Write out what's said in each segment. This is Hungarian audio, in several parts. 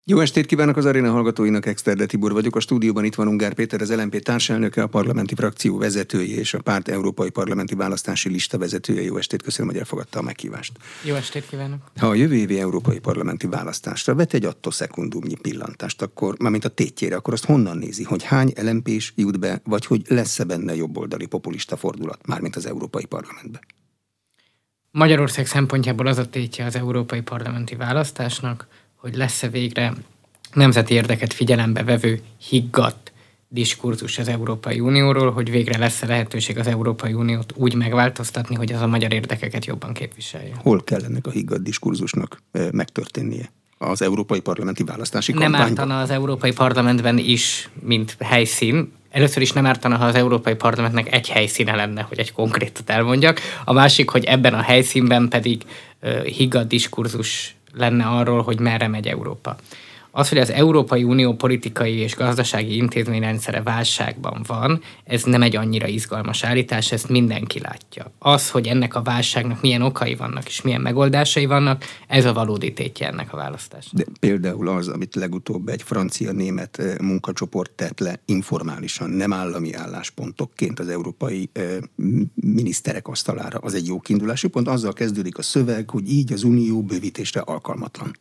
Jó estét kívánok az aréna hallgatóinak, Exterde Tibor vagyok. A stúdióban itt van Ungár Péter, az LMP társelnöke, a parlamenti frakció vezetője és a párt európai parlamenti választási lista vezetője. Jó estét, köszönöm, hogy elfogadta a meghívást. Jó estét kívánok! Ha a jövő évi európai parlamenti választásra vet egy attól szekundumnyi pillantást, akkor, mármint a tétjére, akkor azt honnan nézi, hogy hány LMP-s jut be, vagy hogy lesz-e benne jobboldali populista fordulat, mármint az európai parlamentbe? Magyarország szempontjából az a tétje az európai parlamenti választásnak, hogy lesz-e végre nemzeti érdeket figyelembe vevő higgadt diskurzus az Európai Unióról, hogy végre lesz-e lehetőség az Európai Uniót úgy megváltoztatni, hogy az a magyar érdekeket jobban képviselje. Hol kell ennek a higgadt diskurzusnak megtörténnie? Az európai parlamenti választási kampányban? Nem ártana az Európai Parlamentben is, mint helyszín. Először is nem ártana, ha az Európai Parlamentnek egy helyszíne lenne, hogy egy konkrétat elmondjak. A másik, hogy ebben a helyszínben pedig higgadt diskurzus lenne arról, hogy merre megy Európa. Az, hogy az Európai Unió politikai és gazdasági intézményrendszere válságban van, ez nem egy annyira izgalmas állítás, ezt mindenki látja. Az, hogy ennek a válságnak milyen okai vannak és milyen megoldásai vannak, ez a valódi tétje ennek a választásnak. De például az, amit legutóbb egy francia-német munkacsoport tett le informálisan, nem állami álláspontokként az európai miniszterek asztalára, az egy jó kiindulási pont. Azzal kezdődik a szöveg, hogy így az Unió bővítésre alkalmatlan.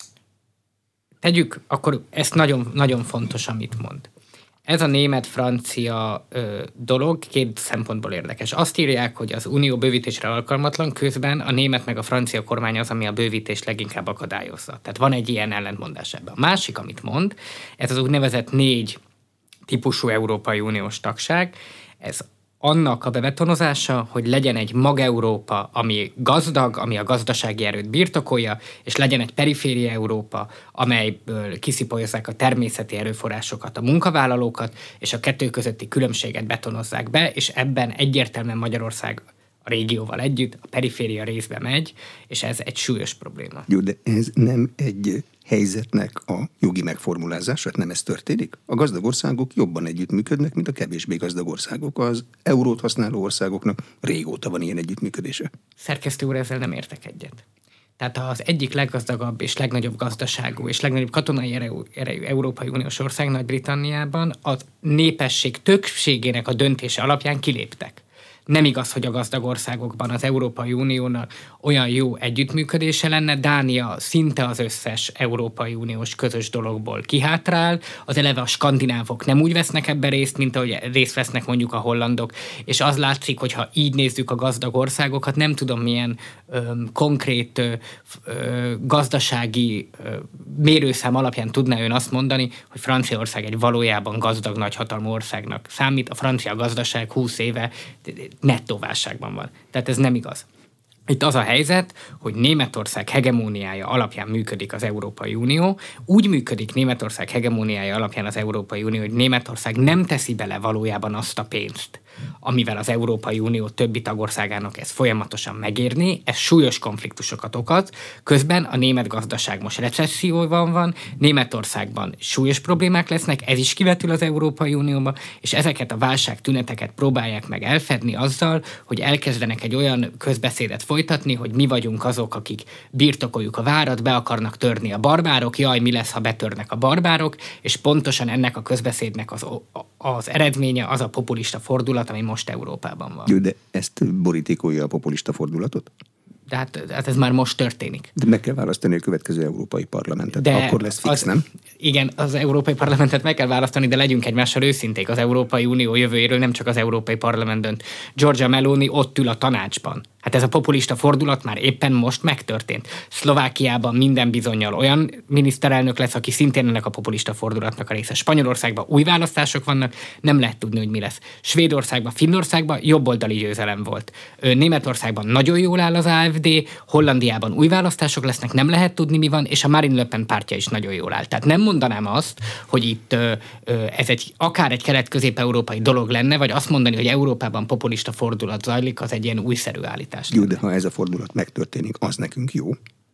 Tegyük, akkor ezt nagyon, nagyon fontos, amit mond. Ez a német-francia dolog két szempontból érdekes. Azt írják, hogy az unió bővítésre alkalmatlan, közben a német meg a francia kormány az, ami a bővítést leginkább akadályozza. Tehát van egy ilyen ellentmondás ebben. A másik, amit mond, ez az úgynevezett 4 típusú Európai Uniós tagság, ez annak a bebetonozása, hogy legyen egy mag-Európa, ami gazdag, ami a gazdasági erőt birtokolja, és legyen egy periféria Európa, amelyből kiszipolyozzák a természeti erőforrásokat, a munkavállalókat, és a kettő közötti különbséget betonozzák be, és ebben egyértelműen Magyarország a régióval együtt, a periféria részbe megy, és ez egy súlyos probléma. Jó, de ez nem egy helyzetnek a jogi megformulázása, nem ez történik? A gazdag országok jobban együttműködnek, mint a kevésbé gazdag országok. Az eurót használó országoknak régóta van ilyen együttműködése. Szerkesztő úr, ezzel nem értek egyet. Tehát az egyik leggazdagabb és legnagyobb gazdaságú és legnagyobb katonai erejű Európai Uniós ország Nagy-Britanniában a népesség többségének a döntése alapján kiléptek. Nem igaz, hogy a gazdag országokban az Európai Uniónak olyan jó együttműködése lenne. Dánia szinte az összes Európai Uniós közös dologból kihátrál. Az eleve a skandinávok nem úgy vesznek ebben részt, mint ahogy részt vesznek mondjuk a hollandok. És az látszik, hogy ha így nézzük a gazdag országokat, nem tudom milyen konkrét gazdasági mérőszám alapján tudná ön azt mondani, hogy Franciaország egy valójában gazdag nagyhatalmú országnak számít. A francia gazdaság 20 éve nettó válságban van. Tehát ez nem igaz. Itt az a helyzet, hogy Németország hegemóniája alapján működik az Európai Unió. Úgy működik Németország hegemóniája alapján az Európai Unió, hogy Németország nem teszi bele valójában azt a pénzt, amivel az Európai Unió többi tagországának ez folyamatosan megérni, ez súlyos konfliktusokat okoz. Közben a német gazdaság most recesszióban van, Németországban súlyos problémák lesznek, ez is kivetül az Európai Unióba, és ezeket a válságtüneteket próbálják meg elfedni azzal, hogy elkezdenek egy olyan közbeszédet folytatni, hogy mi vagyunk azok, akik birtokoljuk a várat, be akarnak törni a barbárok, jaj, mi lesz, ha betörnek a barbárok, és pontosan ennek a közbeszédnek az eredménye az a populista fordulat, ami most Európában van. Jó, de ezt borítékolja a populista fordulatot? De hát ez már most történik. De meg kell választani a következő Európai Parlamentet. De akkor lesz fix, nem? Igen, az Európai Parlamentet meg kell választani, de legyünk egymással őszinték. Az Európai Unió jövőjéről nem csak az Európai Parlament dönt. Giorgia Meloni ott ül a tanácsban. Hát ez a populista fordulat már éppen most megtörtént. Szlovákiában minden bizonnyal olyan miniszterelnök lesz, aki szintén ennek a populista fordulatnak a része. Spanyolországban új választások vannak, nem lehet tudni, hogy mi lesz. Svédországban, Finnországban jobboldali győzelem volt. Németországban nagyon jól áll az AfD, Hollandiában új választások lesznek, nem lehet tudni, mi van, és a Marine Le Pen pártja is nagyon jól áll. Tehát nem mondanám azt, hogy itt ez akár egy kelet-közép-európai dolog lenne, vagy azt mondani, hogy Európában populista fordulat zajlik, az egy ilyen újszerű állítás. Jó, de ha ez a fordulat megtörténik, az nekünk jó?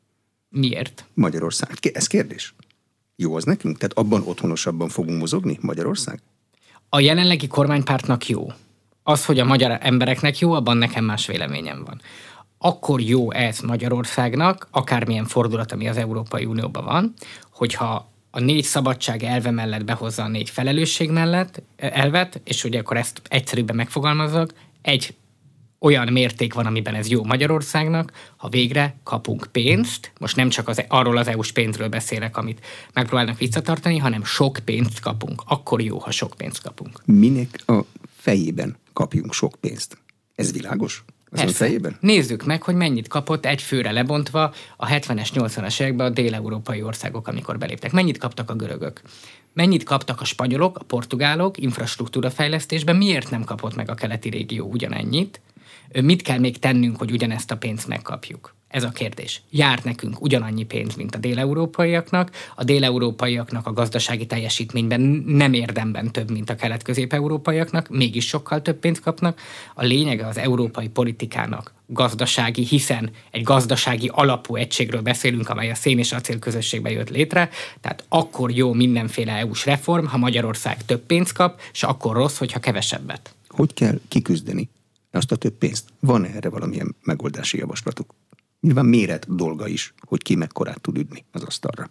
Miért? Magyarország. Ez kérdés. Jó az nekünk? Tehát abban otthonosabban fogunk mozogni Magyarország? A jelenlegi kormánypártnak jó. Az, hogy a magyar embereknek jó, abban nekem más véleményem van. Akkor jó ez Magyarországnak, akármilyen fordulat, ami az Európai Unióban van, hogyha a 4 szabadság elve mellett behozza a 4 felelősség mellett elvet, és ugye akkor ezt egyszerűbben megfogalmazzak, egy olyan mérték van, amiben ez jó Magyarországnak, ha végre kapunk pénzt, most nem csak arról az EU-s pénzről beszélek, amit megpróbálnak visszatartani, hanem sok pénzt kapunk. Akkor jó, ha sok pénzt kapunk. Minek a fejében kapjunk sok pénzt? Ez világos? Az fejében? Nézzük meg, hogy mennyit kapott egy főre lebontva a 70-es, 80-as években a dél-európai országok, amikor beléptek. Mennyit kaptak a görögök? Mennyit kaptak a spanyolok, a portugálok infrastruktúrafejlesztésben? Miért nem kapott meg a keleti régió ugyanennyit? Mit kell még tennünk, hogy ugyanezt a pénzt megkapjuk? Ez a kérdés. Jár nekünk ugyanannyi pénz, mint a dél-európaiaknak. A dél-európaiaknak a gazdasági teljesítményben nem érdemben több, mint a kelet-közép-európaiaknak, mégis sokkal több pénzt kapnak. A lényege az európai politikának gazdasági, hiszen egy gazdasági alapú egységről beszélünk, amely a szén és acél közösségben jött létre, tehát akkor jó mindenféle EU-s reform, ha Magyarország több pénzt kap, és akkor rossz, hogyha kevesebbet. Hogy kell kiküzdeni azt a több pénzt? Van erre valamilyen megoldási javaslatuk? Nyilván méret dolga is, hogy ki mekkorát tud ütni az asztalra.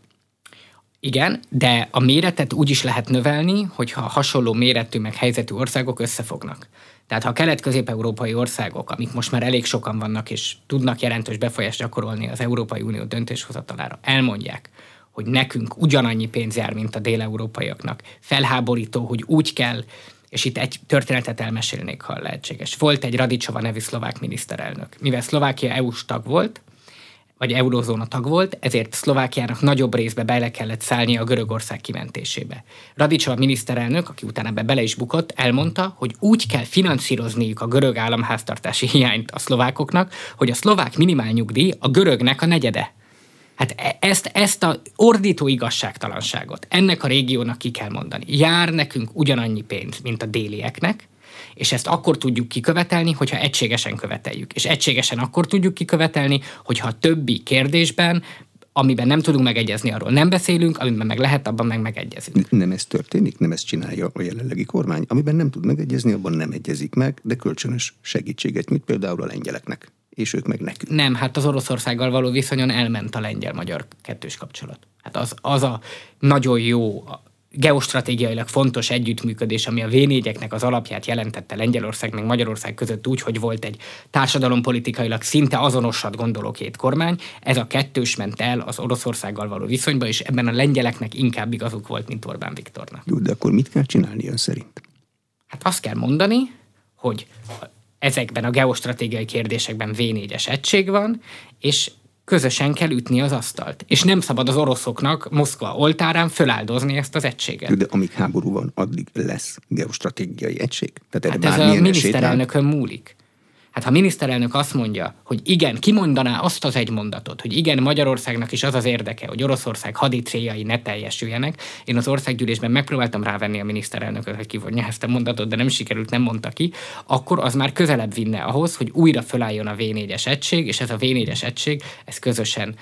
Igen, de a méretet úgy is lehet növelni, hogyha hasonló méretű meg helyzetű országok összefognak. Tehát ha a kelet-közép-európai országok, amik most már elég sokan vannak és tudnak jelentős befolyást gyakorolni az Európai Unió döntéshozatalára, elmondják, hogy nekünk ugyanannyi pénz jár, mint a dél-európaiaknak. Felháborító, hogy úgy kell, és itt egy történetet elmesélnék, ha lehetséges. Volt egy Radičová nevű szlovák miniszterelnök. Mivel Szlovákia EU-s tag volt, vagy eurózóna tag volt, ezért Szlovákiának nagyobb részbe bele kellett szállnia a Görögország kimentésébe. Radičová miniszterelnök, aki utána ebbe bele is bukott, elmondta, hogy úgy kell finanszírozniuk a görög államháztartási hiányt a szlovákoknak, hogy a szlovák minimálnyugdíj a görögnek a negyede. Hát ezt a ordító igazságtalanságot ennek a régiónak ki kell mondani. Jár nekünk ugyanannyi pénz, mint a délieknek, és ezt akkor tudjuk kikövetelni, hogyha egységesen követeljük. És egységesen akkor tudjuk kikövetelni, hogyha a többi kérdésben, amiben nem tudunk megegyezni, arról nem beszélünk, amiben meg lehet, abban meg megegyezünk. Nem ez történik, nem ezt csinálja a jelenlegi kormány. Amiben nem tud megegyezni, abban nem egyezik meg, de kölcsönös segítséget nyújt például a lengyeleknek. És ők meg nekünk. Nem, hát az Oroszországgal való viszonyon elment a lengyel-magyar kettős kapcsolat. Hát az a nagyon jó, geostratégiailag fontos együttműködés, ami a V4-eknek az alapját jelentette Lengyelország meg Magyarország között úgy, hogy volt egy társadalompolitikailag szinte azonosat gondoló két kormány. Ez a kettős ment el az Oroszországgal való viszonyba, és ebben a lengyeleknek inkább igazuk volt, mint Orbán Viktornak. Jó, de akkor mit kell csinálni ön szerint? Hát azt kell mondani, hogy ezekben a geostratégiai kérdésekben V4-es egység van, és közösen kell ütni az asztalt. És nem szabad az oroszoknak Moszkva oltárán föláldozni ezt az egységet. De amíg háború van, addig lesz geostratégiai egység? Tehát ez a miniszterelnökön múlik. Hát ha a miniszterelnök azt mondja, hogy igen, kimondaná azt az egy mondatot, hogy igen, Magyarországnak is az az érdeke, hogy Oroszország hadi céljai ne teljesüljenek. Én az országgyűlésben megpróbáltam rávenni a miniszterelnököt, hogy kivonja ezt a mondatot, de nem sikerült, nem mondta ki, akkor az már közelebb vinne ahhoz, hogy újra fölálljon a V4-es egység, és ez a V4-es egység, ez közösen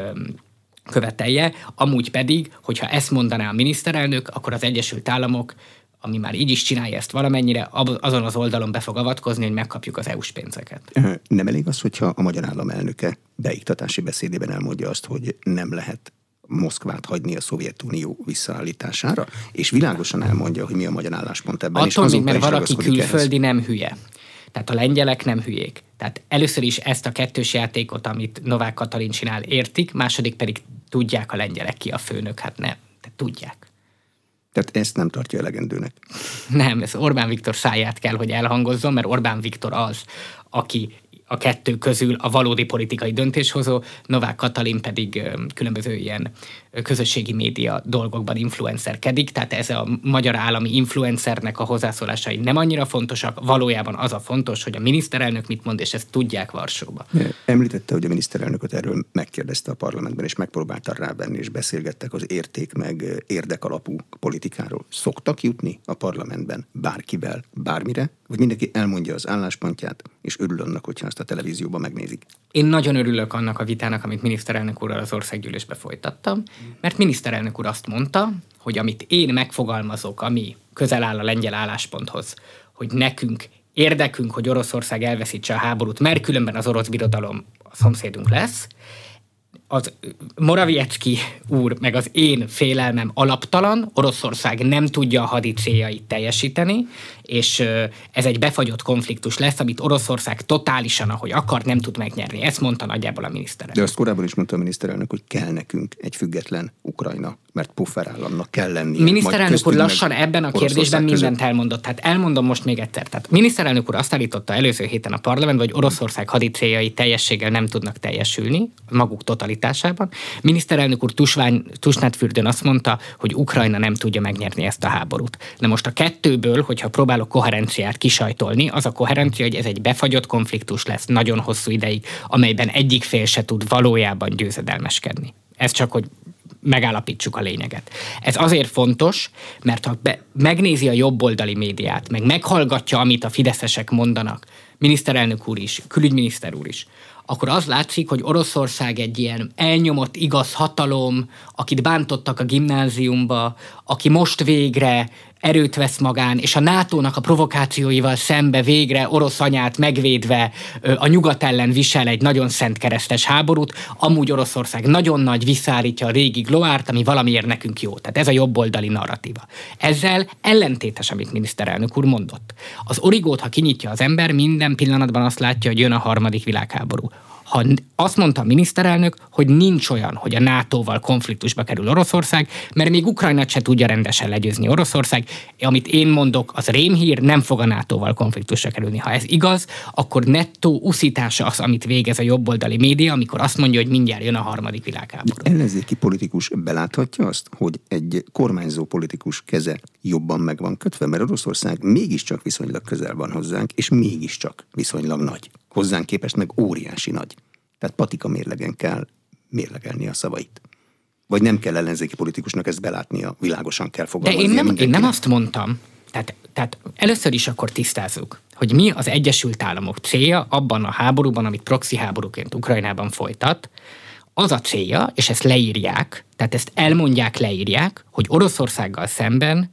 követelje. Amúgy pedig, hogyha ezt mondaná a miniszterelnök, akkor az Egyesült Államok, ami már így is csinálja ezt valamennyire, azon az oldalon be fog avatkozni, hogy megkapjuk az EU-s pénzeket. Nem elég az, hogyha a magyar állam elnöke beiktatási beszédében elmondja azt, hogy nem lehet Moszkvát hagyni a Szovjetunió visszaállítására, és világosan elmondja, hogy mi a magyar álláspont ebben. Attól még, mert valaki külföldi ehhez. Nem hülye. Tehát a lengyelek nem hülyék. Tehát először is ezt a kettős játékot, amit Novák Katalin csinál, értik, második pedig tudják a lengyelek ki a főnök, hát nem, tehát tudják. Tehát ezt nem tartja elegendőnek. Nem, ez Orbán Viktor száját kell, hogy elhangozzon, mert Orbán Viktor az, aki a kettő közül a valódi politikai döntéshozó, Novák Katalin pedig különböző ilyen közösségi média dolgokban influencerkedik, tehát ez a magyar állami influencernek a hozzászólásai nem annyira fontosak, valójában az a fontos, hogy a miniszterelnök mit mond, és ezt tudják Varsóba. Említette, hogy a miniszterelnököt erről megkérdezte a parlamentben, és megpróbálta rávenni, és beszélgettek az érték meg érdekalapú politikáról. Szoktak jutni a parlamentben bárkivel, bármire? Vagy mindenki elmondja az álláspontját, és örül annak, hogyha azt a televízióban megnézik? Én nagyon örülök annak a vitának, amit miniszterelnök úrral az országgyűlésbe folytattam, mert miniszterelnök úr azt mondta, hogy amit én megfogalmazok, ami közel áll a lengyel állásponthoz, hogy nekünk érdekünk, hogy Oroszország elveszítse a háborút, mert különben az orosz birodalom a szomszédunk lesz, az Morawiecki úr, meg az én félelmem alaptalan, Oroszország nem tudja a hadi céljait teljesíteni, és ez egy befagyott konfliktus lesz, amit Oroszország totálisan, ahogy akar, nem tud megnyerni. Ezt mondta nagyjából a miniszterelnök. De azt korábban is mondta a miniszterelnök, hogy kell nekünk egy független Ukrajna, mert pufferállamnak kell lennie. Miniszterelnök úr lassan ebben a kérdésben mindent elmondott. Tehát elmondom most még egyszer. Tehát miniszterelnök úr azt állította előző héten a parlamentben, hogy Oroszország hadi céljai teljességgel nem tudnak teljesülni, maguk totalitásában. Miniszterelnök úr Tusnádfürdőn azt mondta, hogy Ukrajna nem tudja megnyerni ezt a háborút. De most a kettőből, hogyha próbálok koherenciát kisajtolni, az a koherencia, hogy ez egy befagyott konfliktus lesz nagyon hosszú ideig, amelyben egyik fél se tud valójában győzedelmeskedni. Ez csak, hogy megállapítsuk a lényeget. Ez azért fontos, mert ha megnézi a jobboldali médiát, meg meghallgatja, amit a fideszesek mondanak, miniszterelnök úr is, külügyminiszter úr is, akkor az látszik, hogy Oroszország egy ilyen elnyomott igaz hatalom, akit bántottak a gimnáziumba, aki most végre erőt vesz magán, és a NATO-nak a provokációival szembe végre orosz anyát megvédve a nyugat ellen visel egy nagyon szentkeresztes háborút, amúgy Oroszország nagyon nagy visszaállítja a régi gloárt, ami valamiért nekünk jó. Tehát ez a jobboldali narratíva. Ezzel ellentétes, amit miniszterelnök úr mondott. Az origót, ha kinyitja az ember, minden pillanatban azt látja, hogy jön a harmadik világháború. Ha azt mondta a miniszterelnök, hogy nincs olyan, hogy a NATO-val konfliktusba kerül Oroszország, mert még Ukrajnát se tudja rendesen legyőzni Oroszország. Amit én mondok, az rémhír, nem fog a NATO-val konfliktusra kerülni. Ha ez igaz, akkor nettó uszítása az, amit végez a jobboldali média, amikor azt mondja, hogy mindjárt jön a harmadik világháború. Ellenzéki politikus beláthatja azt, hogy egy kormányzó politikus keze jobban meg van kötve, mert Oroszország mégiscsak viszonylag közel van hozzánk, és mégiscsak viszonylag nagy. Hozzánk képest meg óriási nagy. Tehát patika mérlegen kell mérlegelni a szavait. Vagy nem kell ellenzéki politikusnak ezt belátnia, világosan kell fogalmazni. De én nem azt mondtam. Tehát először is akkor tisztázzuk, hogy mi az Egyesült Államok célja abban a háborúban, amit proxy háborúként Ukrajnában folytat. Az a célja, és ezt leírják, tehát ezt elmondják, leírják, hogy Oroszországgal szemben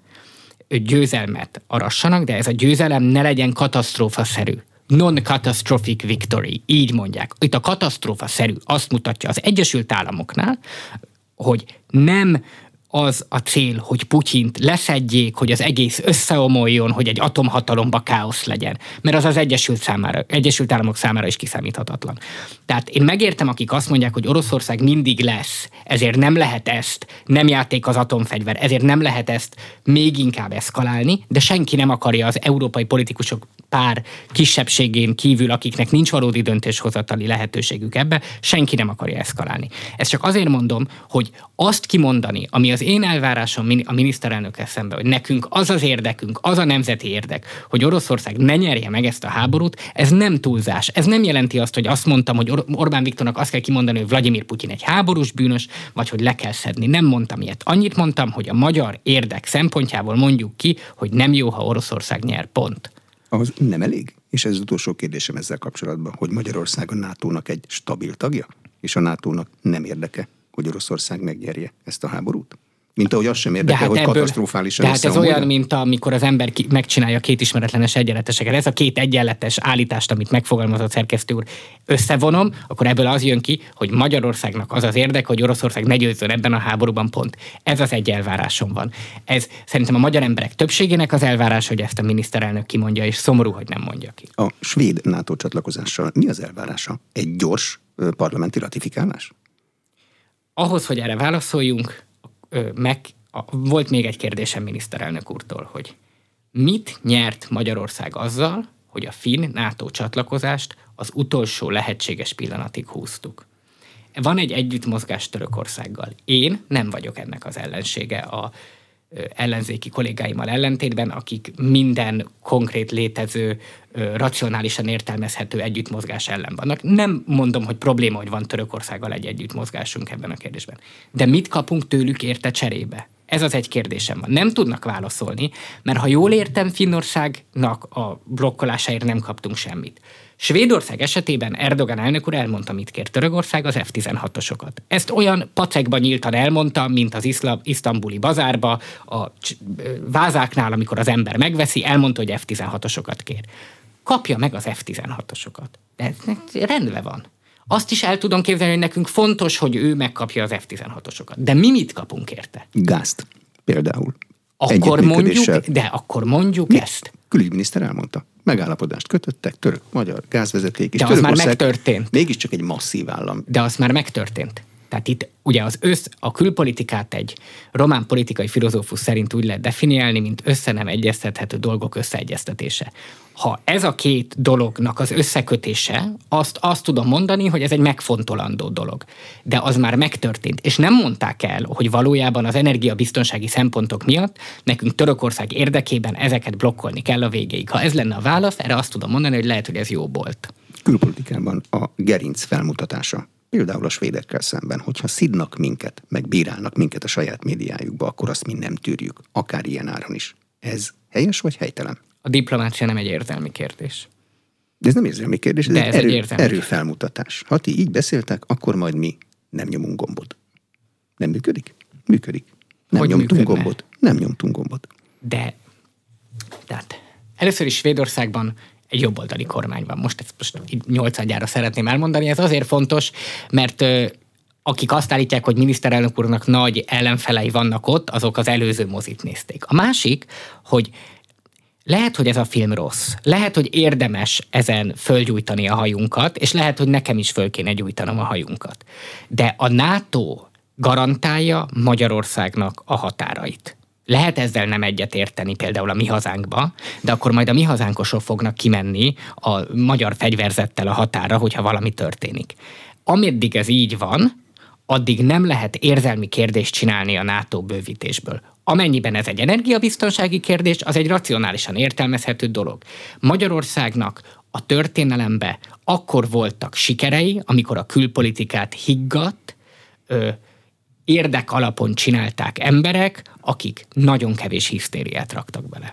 győzelmet arassanak, de ez a győzelem ne legyen katasztrófaszerű. Non-catastrophic victory, így mondják. Itt a katasztrófa-szerű azt mutatja az Egyesült Államoknál, hogy nem az a cél, hogy Putyint leszedjék, hogy az egész összeomoljon, hogy egy atomhatalomba káosz legyen. Mert az Egyesült Államok számára is kiszámíthatatlan. Tehát én megértem, akik azt mondják, hogy Oroszország mindig lesz, ezért nem lehet ezt, nem játék az atomfegyver, ezért nem lehet ezt még inkább eszkalálni, de senki nem akarja, az európai politikusok pár kisebbségén kívül, akiknek nincs valódi döntéshozatali lehetőségük ebbe, senki nem akarja eszkalálni. Ezt csak azért mondom, hogy azt kimondani, ami az én elvárásom a miniszterelnökkel szemben, hogy nekünk az az érdekünk, az a nemzeti érdek, hogy Oroszország ne nyerje meg ezt a háborút, ez nem túlzás. Ez nem jelenti azt, hogy azt mondtam, hogy Orbán Viktornak azt kell kimondani, hogy Vladimir Putyin egy háborús bűnös, vagy hogy le kell szedni. Nem mondtam ilyet. Annyit mondtam, hogy a magyar érdek szempontjából mondjuk ki, hogy nem jó, ha Oroszország nyer, pont. Az nem elég? És ez az utolsó kérdésem ezzel kapcsolatban, hogy Magyarország a NATO-nak egy stabil tagja, és a NATO-nak nem érdeke, hogy Oroszország megnyerje ezt a háborút? Mint ahogy az sem érdekel, hogy katasztrofálisan Tehát ez olyan, mint amikor az ember megcsinálja két ismeretlenes egyenleteseket. Ez a két egyenletes állítást, amit megfogalmazott szerkesztő úr, összevonom, akkor ebből az jön ki, hogy Magyarországnak az az érdek, hogy Oroszország ne győzzön ebben a háborúban, pont. Ez az egy elvárásom van. Ez szerintem a magyar emberek többségének az elvárás, hogy ezt a miniszterelnök kimondja, és szomorú, hogy nem mondja ki. A svéd NATO csatlakozással mi az elvárása? Egy gyors parlamenti ratifikálás? Ahhoz, hogy erre válaszoljunk, volt még egy kérdésem miniszterelnök úrtól, hogy mit nyert Magyarország azzal, hogy a finn NATO csatlakozást az utolsó lehetséges pillanatig húztuk. Van egy együttmozgás Törökországgal. Én nem vagyok ennek az ellensége a ellenzéki kollégáimmal ellentétben, akik minden konkrét létező, racionálisan értelmezhető együttmozgás ellen vannak. Nem mondom, hogy probléma, hogy van Törökországgal egy együttmozgásunk ebben a kérdésben. De mit kapunk tőlük érte cserébe? Ez az egy kérdésem van. Nem tudnak válaszolni, mert ha jól értem, Finnországnak a blokkolásáért nem kaptunk semmit. Svédország esetében Erdogan elnök úr elmondta, mit kér Törökország, az F-16-osokat. Ezt olyan pacekban nyíltan elmondta, mint az isztambuli bazárba, a vázáknál, amikor az ember megveszi, elmondta, hogy F-16-osokat kér. Kapja meg az F-16-osokat. De ez rendben van. azt is el tudom képzelni, hogy nekünk fontos, hogy ő megkapja az F-16-osokat. De mi mit kapunk érte? Gázt például. Akkor mondjuk ezt. Külügyminiszter elmondta. Megállapodást kötöttek, török-magyar gázvezeték. És de az már megtörtént. Mégiscsak egy masszív állam. De az már megtörtént. Tehát itt ugye a külpolitikát egy román politikai filozófus szerint úgy lehet definiálni, mint össze nem egyeztethető dolgok összeegyeztetése. Ha ez a két dolognak az összekötése, azt tudom mondani, hogy ez egy megfontolandó dolog. De az már megtörtént. És nem mondták el, hogy valójában az energiabiztonsági szempontok miatt nekünk Törökország érdekében ezeket blokkolni kell a végéig. Ha ez lenne a válasz, erre azt tudom mondani, hogy lehet, hogy ez jó volt. Külpolitikában a gerinc felmutatása, például a svédekkel szemben, hogyha szidnak minket, meg bírálnak minket a saját médiájukba, akkor azt mi nem tűrjük, akár ilyen áron is. Ez helyes vagy helytelen? A diplomácia nem egy érzelmi kérdés. De ez nem érzelmi kérdés, ez egy erőfelmutatás. Ha ti így beszéltek, akkor majd mi nem nyomunk gombot. Nem működik? Működik. Nem nyomtunk gombot. De, tehát először is Svédországban egy jobboldali kormány van. Most 8-adjára szeretném elmondani. Ez azért fontos, mert akik azt állítják, hogy miniszterelnök úrnak nagy ellenfelei vannak ott, azok az előző mozit nézték. A másik, hogy lehet, hogy ez a film rossz. Lehet, hogy érdemes ezen fölgyújtani a hajunkat, és lehet, hogy nekem is föl kéne gyújtanom a hajunkat. De a NATO garantálja Magyarországnak a határait. Lehet ezzel nem egyet érteni például a mi hazánkba, de akkor majd a mi hazánkosok fognak kimenni a magyar fegyverzettel a határra, hogyha valami történik. Ameddig ez így van, addig nem lehet érzelmi kérdést csinálni a NATO bővítésből. Amennyiben ez egy energiabiztonsági kérdés, az egy racionálisan értelmezhető dolog. Magyarországnak a történelemben akkor voltak sikerei, amikor a külpolitikát higgadt, érdek alapon csinálták emberek, akik nagyon kevés hisztériát raktak bele.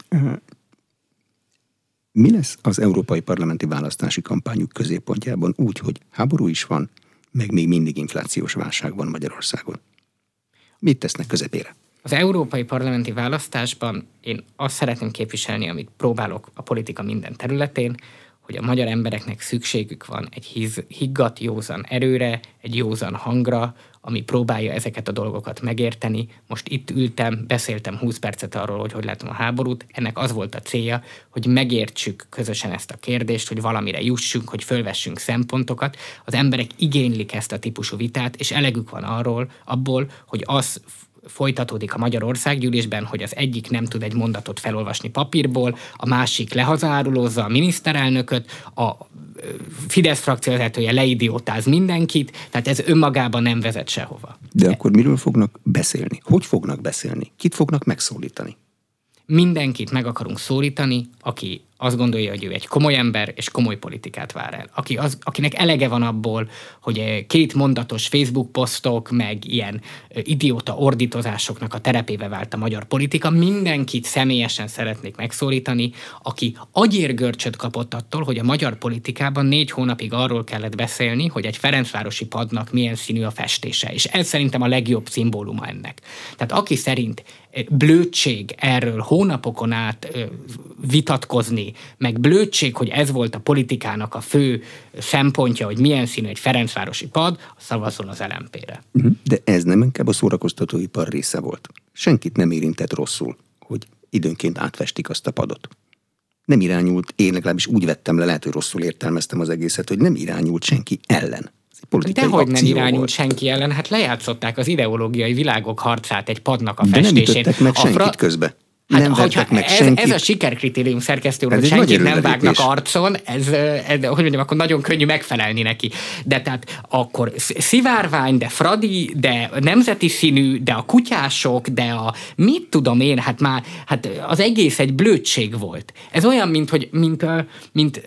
Mi lesz az európai parlamenti választási kampányuk középpontjában úgy, hogy háború is van, meg még mindig inflációs válság van Magyarországon? Mit tesznek közepére? Az európai parlamenti választásban én azt szeretném képviselni, amit próbálok a politika minden területén, hogy a magyar embereknek szükségük van egy higgadt, józan erőre, egy józan hangra, ami próbálja ezeket a dolgokat megérteni. Most itt ültem, beszéltem 20 percet arról, hogy látom a háborút. Ennek az volt a célja, hogy megértsük közösen ezt a kérdést, hogy valamire jussunk, hogy fölvessünk szempontokat. Az emberek igénylik ezt a típusú vitát, és elegük van abból, hogy az folytatódik a Magyar Országgyűlésben, hogy az egyik nem tud egy mondatot felolvasni papírból, a másik lehazárulózza a miniszterelnököt, a Fidesz frakcióvezetője leidiótáz mindenkit, tehát ez önmagában nem vezet sehova. De akkor miről fognak beszélni? Hogy fognak beszélni? Kit fognak megszólítani? Mindenkit meg akarunk szólítani, aki azt gondolja, hogy ő egy komoly ember, és komoly politikát vár el. Akinek elege van abból, hogy 2 mondatos Facebook posztok, meg ilyen idióta ordítozásoknak a terepébe vált a magyar politika, mindenkit személyesen szeretnék megszólítani, aki agyérgörcsöt kapott attól, hogy a magyar politikában 4 hónapig arról kellett beszélni, hogy egy ferencvárosi padnak milyen színű a festése. És ez szerintem a legjobb szimbóluma ennek. Tehát aki szerint blödség erről hónapokon át vitatkozni, meg blödség, hogy ez volt a politikának a fő szempontja, hogy milyen színű egy ferencvárosi pad, szavazzon az LMP-re. De ez nem inkább a szórakoztatóipar része volt. Senkit nem érintett rosszul, hogy időnként átfestik azt a padot. Nem irányult, én legalábbis úgy vettem le, lehet, hogy rosszul értelmeztem az egészet, hogy nem irányult senki ellen. Dehogy nem irányult volt. Senki ellen, hát lejátszották az ideológiai világok harcát egy padnak a festésén. De nem ütöttek meg senkit közbe. Nem hát, meg ez a sikerkritérium szerkesztő úr, hogy senkit nem vágnak arcon, hogy mondjam, akkor nagyon könnyű megfelelni neki. De tehát akkor szivárvány, de fradi, de nemzeti színű, de a kutyások, de a mit tudom én, hát az egész egy blödség volt. Ez olyan, mint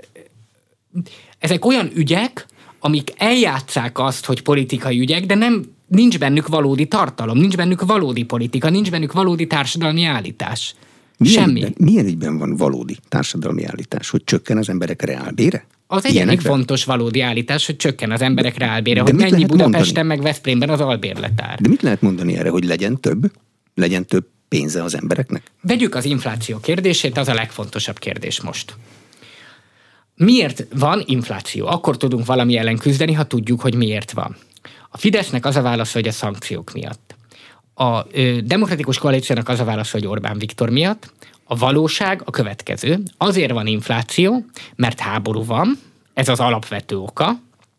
ezek olyan ügyek, amik eljátsszák azt, hogy politikai ügyek, de nincs bennük valódi tartalom, nincs bennük valódi politika, nincs bennük valódi társadalmi állítás. Milyen ügyben van valódi társadalmi állítás? Hogy csökken az emberek reálbére? Az egyik fontos valódi állítás, hogy csökken az emberek reálbére, hogy mennyi Budapesten meg Veszprémben az albérletár. De mit lehet mondani erre, hogy legyen több pénze az embereknek? Vegyük az infláció kérdését, az a legfontosabb kérdés most. Miért van infláció? Akkor tudunk valami ellen küzdeni, ha tudjuk, hogy miért van. A Fidesznek az a válasz, hogy a szankciók miatt. A Demokratikus Koalíciónak az a válasz, hogy Orbán Viktor miatt. A valóság a következő. Azért van infláció, mert háború van, ez az alapvető oka,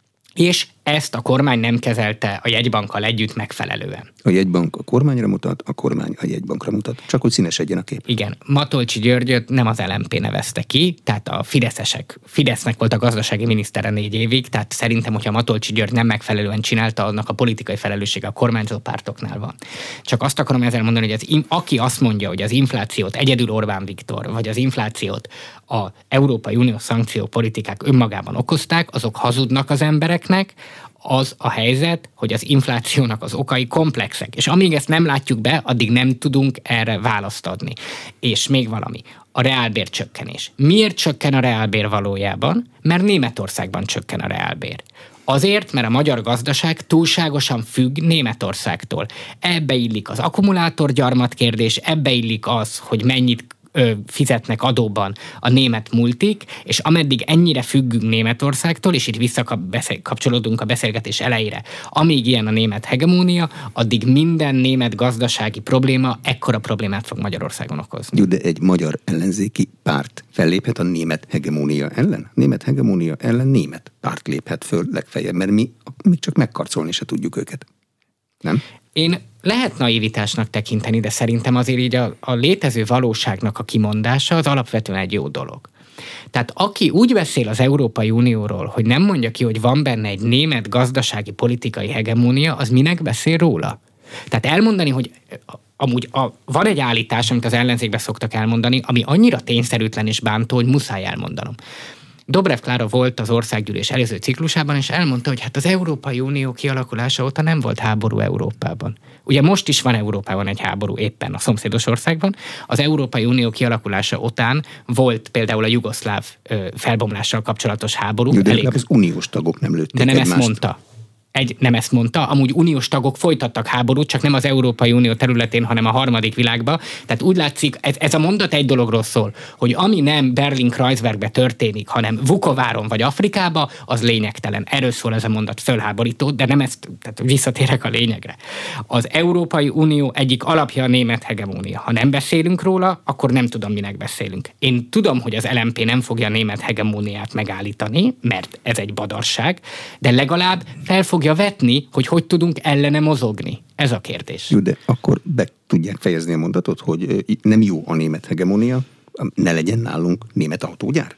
és ezt a kormány nem kezelte a jegybankkal együtt megfelelően. A jegybank a kormányra mutat, a kormány a jegybankra mutat. Csak hogy színesedjen a kép. Igen. Matolcsy Györgyöt nem az LMP nevezte ki, tehát a Fidesznek volt a gazdasági minisztere 4 évig, tehát szerintem, hogyha Matolcsy György nem megfelelően csinálta, annak a politikai felelőssége a kormányzó pártoknál van. Csak azt akarom ezzel mondani, hogy aki azt mondja, hogy az inflációt egyedül Orbán Viktor, vagy az inflációt az Európai Unió szankciópolitikák önmagában okozták, azok hazudnak az embereknek. Az a helyzet, hogy az inflációnak az okai komplexek, és amíg ezt nem látjuk be, addig nem tudunk erre választ adni. És még valami, a reálbér csökkenés. Miért csökken a reálbér valójában? Mert Németországban csökken a reálbér. Azért, mert a magyar gazdaság túlságosan függ Németországtól. Ebbe illik az akkumulátorgyarmat kérdés, ebbe illik az, hogy mennyit fizetnek adóban a német multik, és ameddig ennyire függünk Németországtól, és itt visszakapcsolódunk a beszélgetés elejére, amíg ilyen a német hegemónia, addig minden német gazdasági probléma ekkora problémát fog Magyarországon okozni. Jó, de egy magyar ellenzéki párt felléphet a német hegemónia ellen? Német hegemónia ellen német párt léphet föl legfeljebb, mert mi még csak megkarcolni se tudjuk őket. Nem? Én lehet naivitásnak tekinteni, de szerintem azért így a létező valóságnak a kimondása az alapvetően egy jó dolog. Tehát aki úgy beszél az Európai Unióról, hogy nem mondja ki, hogy van benne egy német gazdasági politikai hegemónia, az minek beszél róla? Tehát elmondani, hogy amúgy van egy állítás, amit az ellenzékben szoktak elmondani, ami annyira tényszerűtlen és bántó, hogy muszáj elmondanom. Dobrev Klára volt az országgyűlés előző ciklusában, és elmondta, hogy hát az Európai Unió kialakulása óta nem volt háború Európában. Ugye most is van Európában egy háború éppen a szomszédos országban. Az Európai Unió kialakulása után volt például a jugoszláv felbomlással kapcsolatos háború. De az uniós tagok nem lőtték egymást. De nem egymást. ezt mondta. Nem ezt mondta, amúgy uniós tagok folytattak háborút, csak nem az Európai Unió területén, hanem a harmadik világban. Tehát úgy látszik, ez a mondat egy dologról szól, hogy ami nem Berlin-Kreuzbergbe történik, hanem Vukováron vagy Afrikába, az lényegtelen. Erről szól ez a mondat, fölháborító, de nem ezt, tehát visszatérek a lényegre. Az Európai Unió egyik alapja a német hegemónia. Ha nem beszélünk róla, akkor nem tudom, minek beszélünk. Én tudom, hogy az LMP nem fogja a német hegemóniát megállítani, mert ez egy badarság, de legalább fel fogja vetni, hogy tudunk ellene mozogni. Ez a kérdés. Jó, de akkor be tudják fejezni a mondatot, hogy nem jó a német hegemónia, ne legyen nálunk német autógyár?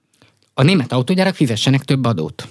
A német autógyárak fizessenek több adót.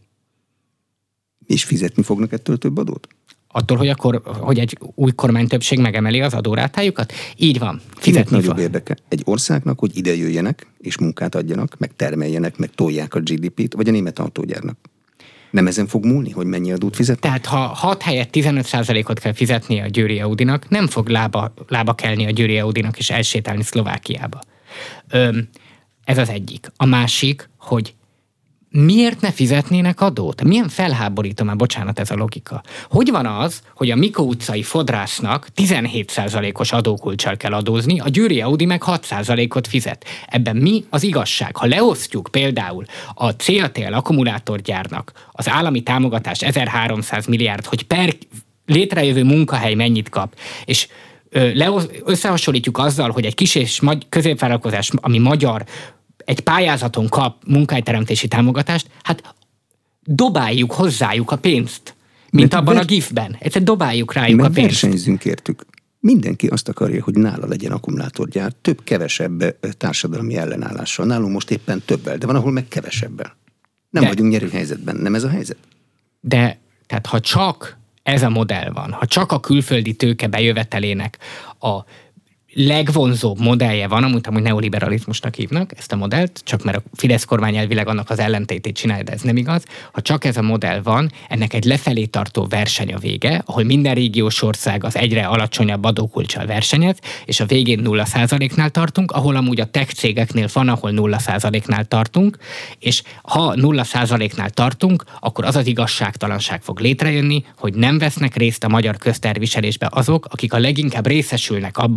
És fizetni fognak ettől több adót? Attól, hogy egy új kormánytöbbség megemeli az adórátájukat? Így van. Kinek nagyobb érdeke? Egy országnak, hogy ide jöjjenek, és munkát adjanak, meg termeljenek, meg tolják a GDP-t, vagy a német autógyárnak? Nem ezen fog múlni, hogy mennyi adót fizet? Tehát ha 6 helyett 15%-ot kell fizetnie a Győri Audinak, nem fog lába kelni a Győri Audinak és elsétálni Szlovákiába. Ez az egyik. A másik, hogy miért ne fizetnének adót? Milyen felháborító, már bocsánat ez a logika. Hogy van az, hogy a Mikó utcai fodrásznak 17%-os adókulccsal kell adózni, a Győri Audi meg 6%-ot fizet. Ebben mi az igazság? Ha leosztjuk például a CATL akkumulátorgyárnak az állami támogatás 1300 milliárd, hogy per létrejövő munkahely mennyit kap, és összehasonlítjuk azzal, hogy egy kis és középvállalkozás, ami magyar, egy pályázaton kap munkájteremtési támogatást, hát dobáljuk hozzájuk a pénzt, mint abban a GIF-ben. Egyszer dobáljuk rájuk a pénzt. Versenyzünk értük. Mindenki azt akarja, hogy nála legyen akkumulátorgyár, több-kevesebb társadalmi ellenállással. Nálunk most éppen többel, de van, ahol meg kevesebbel. Nem vagyunk nyerő helyzetben. Nem ez a helyzet? De, tehát ha csak ez a modell van, ha csak a külföldi tőke bejövetelének a legvonzóbb modellje van, amúgy neoliberalizmusnak hívnak ezt a modellt, csak mert a Fidesz kormány elvileg annak az ellentétét csinálja, de ez nem igaz. Ha csak ez a modell van, ennek egy lefelé tartó verseny a vége, ahol minden régiós ország az egyre alacsonyabb adókulccsal versenyez, és a végén 0%-nál tartunk, ahol amúgy a tech cégeknél van, ahol 0%-nál tartunk, és ha 0%-nál tartunk, akkor az az igazságtalanság fog létrejönni, hogy nem vesznek részt a magyar közterviselésbe azok, akik a leginkább részesülnek abba, hogy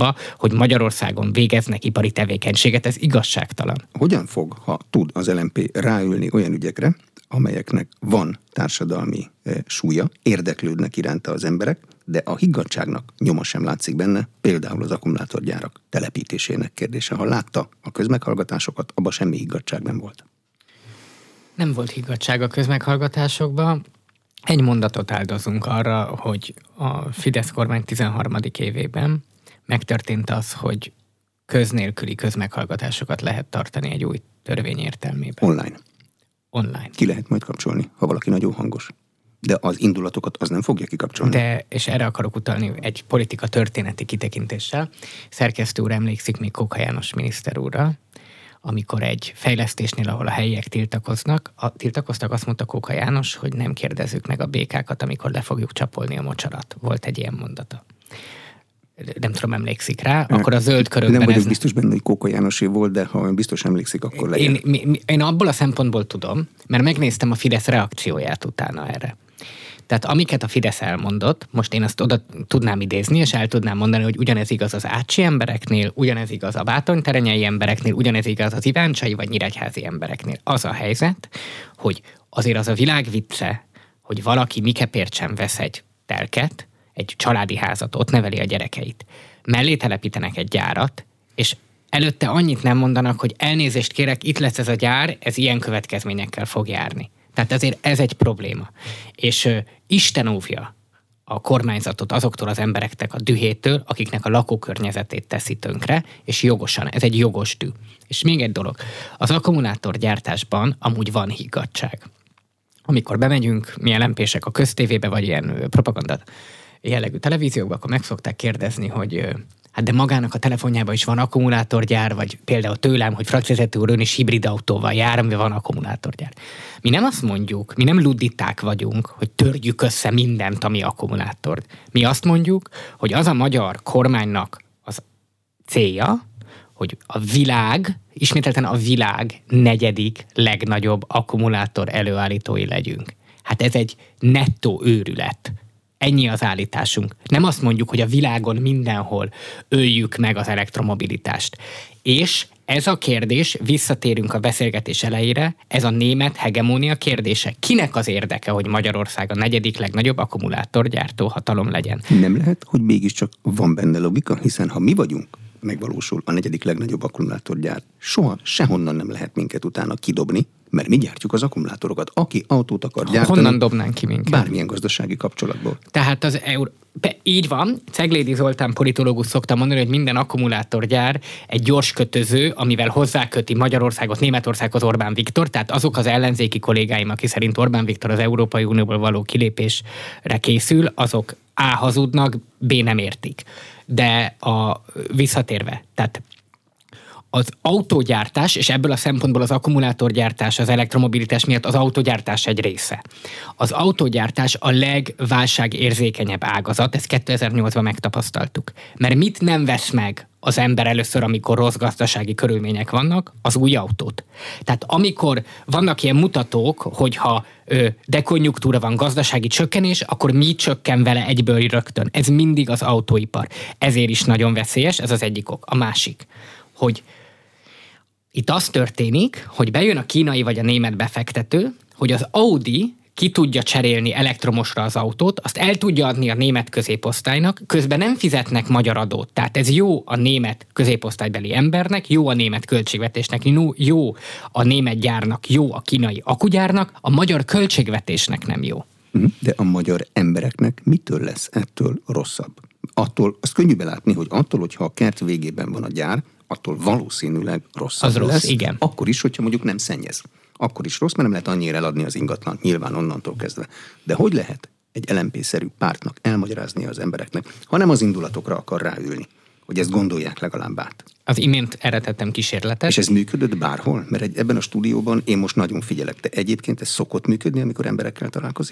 hogy Magyarországon végeznek ipari tevékenységet, ez igazságtalan. Hogyan fog, ha tud az LMP ráülni olyan ügyekre, amelyeknek van társadalmi súlya, érdeklődnek iránta az emberek, de a higgadtságnak nyoma sem látszik benne, például az akkumulátorgyárak telepítésének kérdése. Ha látta a közmeghallgatásokat, abban semmi higgadtság nem volt. Nem volt higgadtság a közmeghallgatásokban. Egy mondatot áldozunk arra, hogy a Fidesz kormány 13. évében megtörtént az, hogy köz nélküli közmeghallgatásokat lehet tartani egy új törvény értelmében. Online. Ki lehet majd kapcsolni, ha valaki nagyon hangos. De az indulatokat az nem fogja kikapcsolni. De, és erre akarok utalni egy politika történeti kitekintéssel. Szerkesztő úr emlékszik még Kóka János miniszter úrra, amikor egy fejlesztésnél, ahol a helyiek tiltakoztak, azt mondta Kóka János, hogy nem kérdezzük meg a békákat, amikor le fogjuk csapolni a mocsarat. Volt egy ilyen mondata. Nem tudom, emlékszik rá, akkor a zöld körökben... Nem vagyok biztos benne, hogy Kóka Jánosé volt, de ha biztos emlékszik, akkor legyen. Én abból a szempontból tudom, mert megnéztem a Fidesz reakcióját utána erre. Tehát amiket a Fidesz elmondott, most én azt oda tudnám idézni, és el tudnám mondani, hogy ugyanez igaz az ácsi embereknél, ugyanez igaz a bátorterenyei embereknél, ugyanez igaz az iváncsai vagy nyíregyházi embereknél. Az a helyzet, hogy azért az a világ vicce, hogy valaki mikepért sem vesz egy telket, egy családi házat, ott neveli a gyerekeit. Mellé telepítenek egy gyárat, és előtte annyit nem mondanak, hogy elnézést kérek, itt lesz ez a gyár, ez ilyen következményekkel fog járni. Tehát ezért ez egy probléma. És Isten óvja a kormányzatot azoktól az embereknek a dühétől, akiknek a lakókörnyezetét teszi tönkre, és jogosan, ez egy jogos dű. És még egy dolog, az akkumulátorgyártásban amúgy van higgadtság. Amikor bemegyünk, mi LMP-sek a köztévébe, vagy ilyen propaganda jellegű televíziókba, akkor meg szokták kérdezni, hogy hát de magának a telefonjában is van akkumulátorgyár, vagy például tőlem, hogy franciavezető úr ön is hibrid autóval jár, amivel van akkumulátorgyár. Mi nem azt mondjuk, mi nem luditák vagyunk, hogy törjük össze mindent, ami akkumulátor. Mi azt mondjuk, hogy az a magyar kormánynak az célja, hogy a világ, ismételten a világ 4. legnagyobb akkumulátor előállítói legyünk. Hát ez egy nettó őrület. Ennyi az állításunk. Nem azt mondjuk, hogy a világon mindenhol öljük meg az elektromobilitást. És ez a kérdés, visszatérünk a beszélgetés elejére, ez a német hegemónia kérdése. Kinek az érdeke, hogy Magyarország a 4. legnagyobb akkumulátorgyártó hatalom legyen? Nem lehet, hogy mégiscsak van benne logika, hiszen ha mi vagyunk, megvalósul a 4. legnagyobb akkumulátorgyár, soha sehonnan nem lehet minket utána kidobni, mert mi gyártjuk az akkumulátorokat. Aki autót akar gyártani... Honnan dobnánk ki minket? Bármilyen gazdasági kapcsolatból. Tehát az így van, Ceglédi Zoltán politológus szokta mondani, hogy minden akkumulátorgyár egy gyors kötöző, amivel hozzáköti Magyarországot, Németországhoz Orbán Viktor, tehát azok az ellenzéki kollégáim, aki szerint Orbán Viktor az Európai Unióból való kilépésre készül, azok A. hazudnak, B. nem értik. De visszatérve, tehát az autógyártás, és ebből a szempontból az akkumulátorgyártás, az elektromobilitás miatt az autógyártás egy része. Az autógyártás a legválságérzékenyebb ágazat, ezt 2008-ban megtapasztaltuk. Mert mit nem vesz meg az ember először, amikor rossz gazdasági körülmények vannak? Az új autót. Tehát amikor vannak ilyen mutatók, hogyha dekonjunktúra van, gazdasági csökkenés, akkor mi csökken vele egyből rögtön. Ez mindig az autóipar. Ezért is nagyon veszélyes, ez az egyik ok. A másik, hogy itt az történik, hogy bejön a kínai vagy a német befektető, hogy az Audi ki tudja cserélni elektromosra az autót, azt el tudja adni a német középosztálynak, közben nem fizetnek magyar adót. Tehát ez jó a német középosztálybeli embernek, jó a német költségvetésnek, jó a német gyárnak, jó a kínai akugyárnak, a magyar költségvetésnek nem jó. De a magyar embereknek mitől lesz ettől rosszabb? Attól, azt könnyű belátni, hogy attól, hogyha a kert végében van a gyár, attól valószínűleg rosszabb lesz. Rossz, igen. Akkor is, hogyha mondjuk nem szennyez. Akkor is rossz, mert nem lehet annyira eladni az ingatlant, nyilván onnantól kezdve. De hogy lehet egy LMP-szerű pártnak elmagyarázni az embereknek, ha nem az indulatokra akar ráülni, hogy ezt gondolják legalább át? Az imént erre tettem kísérletet. És ez működött bárhol? Mert ebben a stúdióban én most nagyon figyelek. De egyébként ez szokott működni, amikor emberekkel találkozik?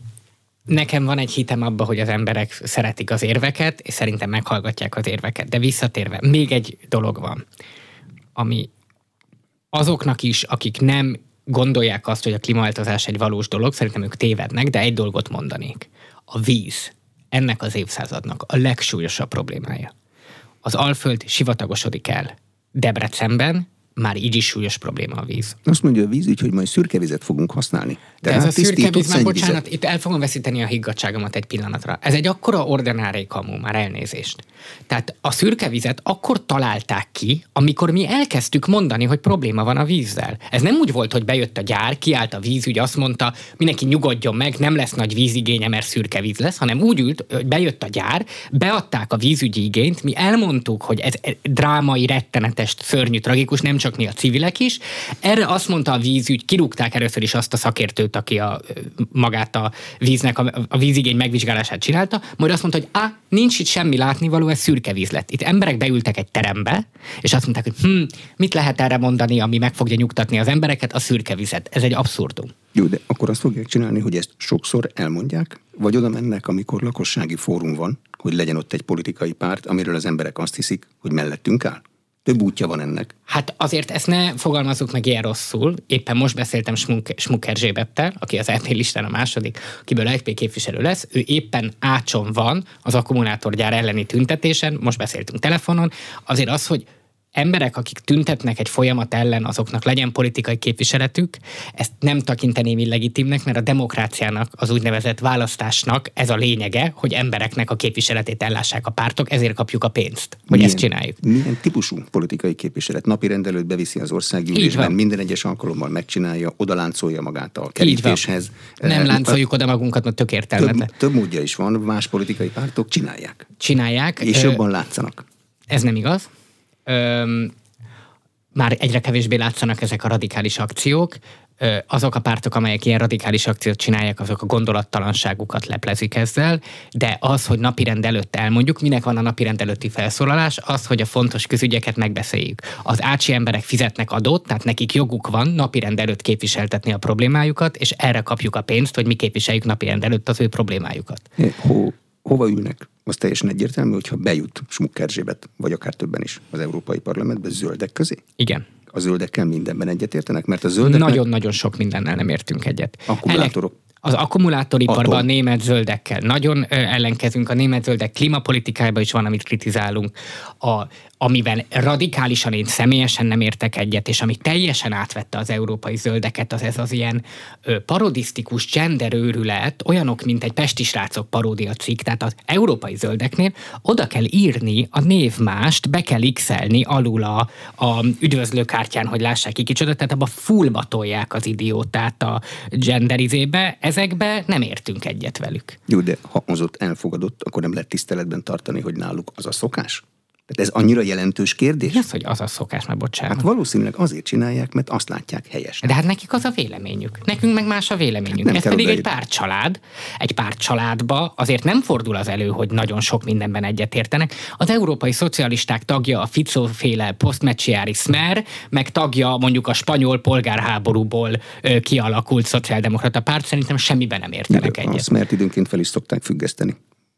Nekem van egy hitem abba, hogy az emberek szeretik az érveket, és szerintem meghallgatják az érveket. De visszatérve, még egy dolog van, ami azoknak is, akik nem gondolják azt, hogy a klímaváltozás egy valós dolog, szerintem ők tévednek, de egy dolgot mondanék. A víz ennek az évszázadnak a legsúlyosabb problémája. az Alföld sivatagosodik el. Debrecenben már így is súlyos probléma a víz. Azt mondja a vízügy, hogy majd szürke vizet fogunk használni. De ez a szürke víz, már bocsánat, itt el fogom veszíteni a higgadtságomat egy pillanatra. Ez egy akkora ordinári kamu, már elnézést. Tehát a szürke vizet akkor találták ki, amikor mi elkezdtük mondani, hogy probléma van a vízzel. Ez nem úgy volt, hogy bejött a gyár, kiállt a vízügy, azt mondta, mindenki nyugodjon meg, nem lesz nagy vízigénye, mert szürke víz lesz, hanem úgy ült, hogy bejött a gyár, beadták a vízügyi igényt, mi elmondtuk, hogy ez drámai, rettenetes, szörnyű, tragikus, nem csak mi a civilek is. Erre azt mondta a vízügy, kirúgták először is azt a szakértőt, aki magát a víznek, a vízigény megvizsgálását csinálta, majd azt mondta, hogy nincs itt semmi látnivaló, ez szürke víz lett. Itt emberek beültek egy terembe, és azt mondták, hogy mit lehet erre mondani, ami meg fogja nyugtatni az embereket, a szürke vizet. Ez egy abszurdum. Jó, de akkor azt fogják csinálni, hogy ezt sokszor elmondják, vagy oda mennek, amikor lakossági fórum van, hogy legyen ott egy politikai párt, amiről az emberek azt hiszik, hogy mellettünk áll. Több útja van ennek. Hát azért ezt ne fogalmazzuk meg ilyen rosszul. Éppen most beszéltem Schmuck Erzsébettel, aki az EP listán a második, akiből EP képviselő lesz. Ő éppen Ácson van az akkumulátorgyár elleni tüntetésen, most beszéltünk telefonon. Azért az, hogy emberek, akik tüntetnek egy folyamat ellen, azoknak legyen politikai képviseletük, ezt nem tekinteném illegitimnek, mert a demokráciának, az úgynevezett választásnak ez a lényege, hogy embereknek a képviseletét ellássák a pártok, ezért kapjuk a pénzt, hogy ezt csináljuk. Milyen típusú politikai képviselet? Napirend előtt beviszi az országgyűlésben, minden egyes alkalommal megcsinálja, odaláncolja magát a kerítéshez. Nem láncoljuk oda magunkat, mert tök értelmetlen. Több módja is van, más politikai pártok csinálják. És jobban látszanak. Ez nem igaz. Már egyre kevésbé látszanak ezek a radikális akciók. Azok a pártok, amelyek ilyen radikális akciót csinálják, azok a gondolattalanságukat leplezik ezzel, de az, hogy napirend előtt elmondjuk, minek van a napirend előtti felszólalás, az, hogy a fontos közügyeket megbeszéljük. Az ácsi emberek fizetnek adót, tehát nekik joguk van napirend előtt képviseltetni a problémájukat, és erre kapjuk a pénzt, hogy mi képviseljük napirend előtt az ő problémájukat. Hova ülnek? Az teljesen egyértelmű, hogyha bejut Schmuck Erzsébet, vagy akár többen is az Európai Parlamentbe, zöldek közé? Igen. A zöldekkel mindenben egyetértenek, mert a zöldek... Nagyon-nagyon sok mindennel nem értünk egyet. Akkumulátorok. Az akkumulátoriparban a német zöldekkel nagyon ellenkezünk, a német zöldek klímapolitikájában is van, amit kritizálunk, amiben radikálisan én személyesen nem értek egyet, és ami teljesen átvette az európai zöldeket, ez az ilyen parodisztikus genderőrület, olyanok, mint egy Pesti srácok paródia cikk, tehát az európai zöldeknél oda kell írni a névmást, be kell x-elni alul a üdvözlőkártyán, hogy lássák ki kicsoda, tehát abba fullba tolják az idiótát a genderizébe, ezekbe nem értünk egyet velük. Jó, de ha az ott elfogadott, akkor nem lehet tiszteletben tartani, hogy náluk az a szokás? Tehát ez annyira jelentős kérdés? Mi az, hogy az a szokás, már bocsánat? Hát valószínűleg azért csinálják, mert azt látják helyesnek. De hát nekik az a véleményük. Nekünk meg más a véleményünk. Hát ez pedig egy pártcsalád. Egy pártcsaládba azért nem fordul az elő, hogy nagyon sok mindenben egyetértenek. Az európai szocialisták tagja a Fico-féle posztmecsiári Smer, meg tagja mondjuk a spanyol polgárháborúból kialakult szociáldemokrata párt, szerintem semmiben nem értenek egyet. A Smert időnként fel is szokták függeszteni.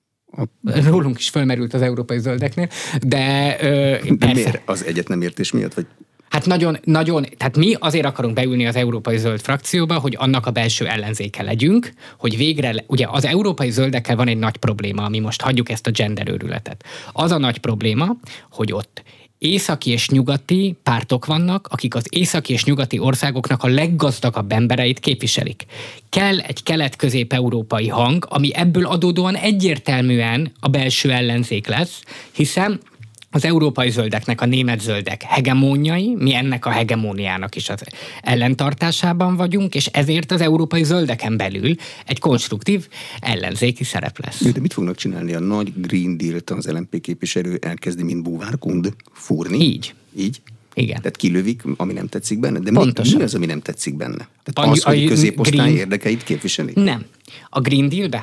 Rólunk is fölmerült az európai zöldeknél, de miért? Az egyet nem értés miatt? Vagy? Hát nagyon, tehát mi azért akarunk beülni az európai zöld frakcióba, hogy annak a belső ellenzéke legyünk, hogy végre, ugye az európai zöldekkel van egy nagy probléma, ami most hagyjuk ezt a genderőrületet. Az a nagy probléma, hogy ott északi és nyugati pártok vannak, akik az északi és nyugati országoknak a leggazdagabb embereit képviselik. Kell egy kelet-közép-európai hang, ami ebből adódóan egyértelműen a belső ellenzék lesz, hiszen az európai zöldeknek a német zöldek hegemóniai, mi ennek a hegemóniának is az ellentartásában vagyunk, és ezért az európai zöldeken belül egy konstruktív ellenzéki szerep lesz. De mit fognak csinálni? A nagy Green Deal-t az LMP képviselő elkezdi, mint búvárkund fúrni? Így. Igen. Tehát kilövik, ami nem tetszik benne? De pontosan. mi az, ami nem tetszik benne? Tehát az, hogy középosztály érdekeit képviseli? Nem. A Green Deal-ben,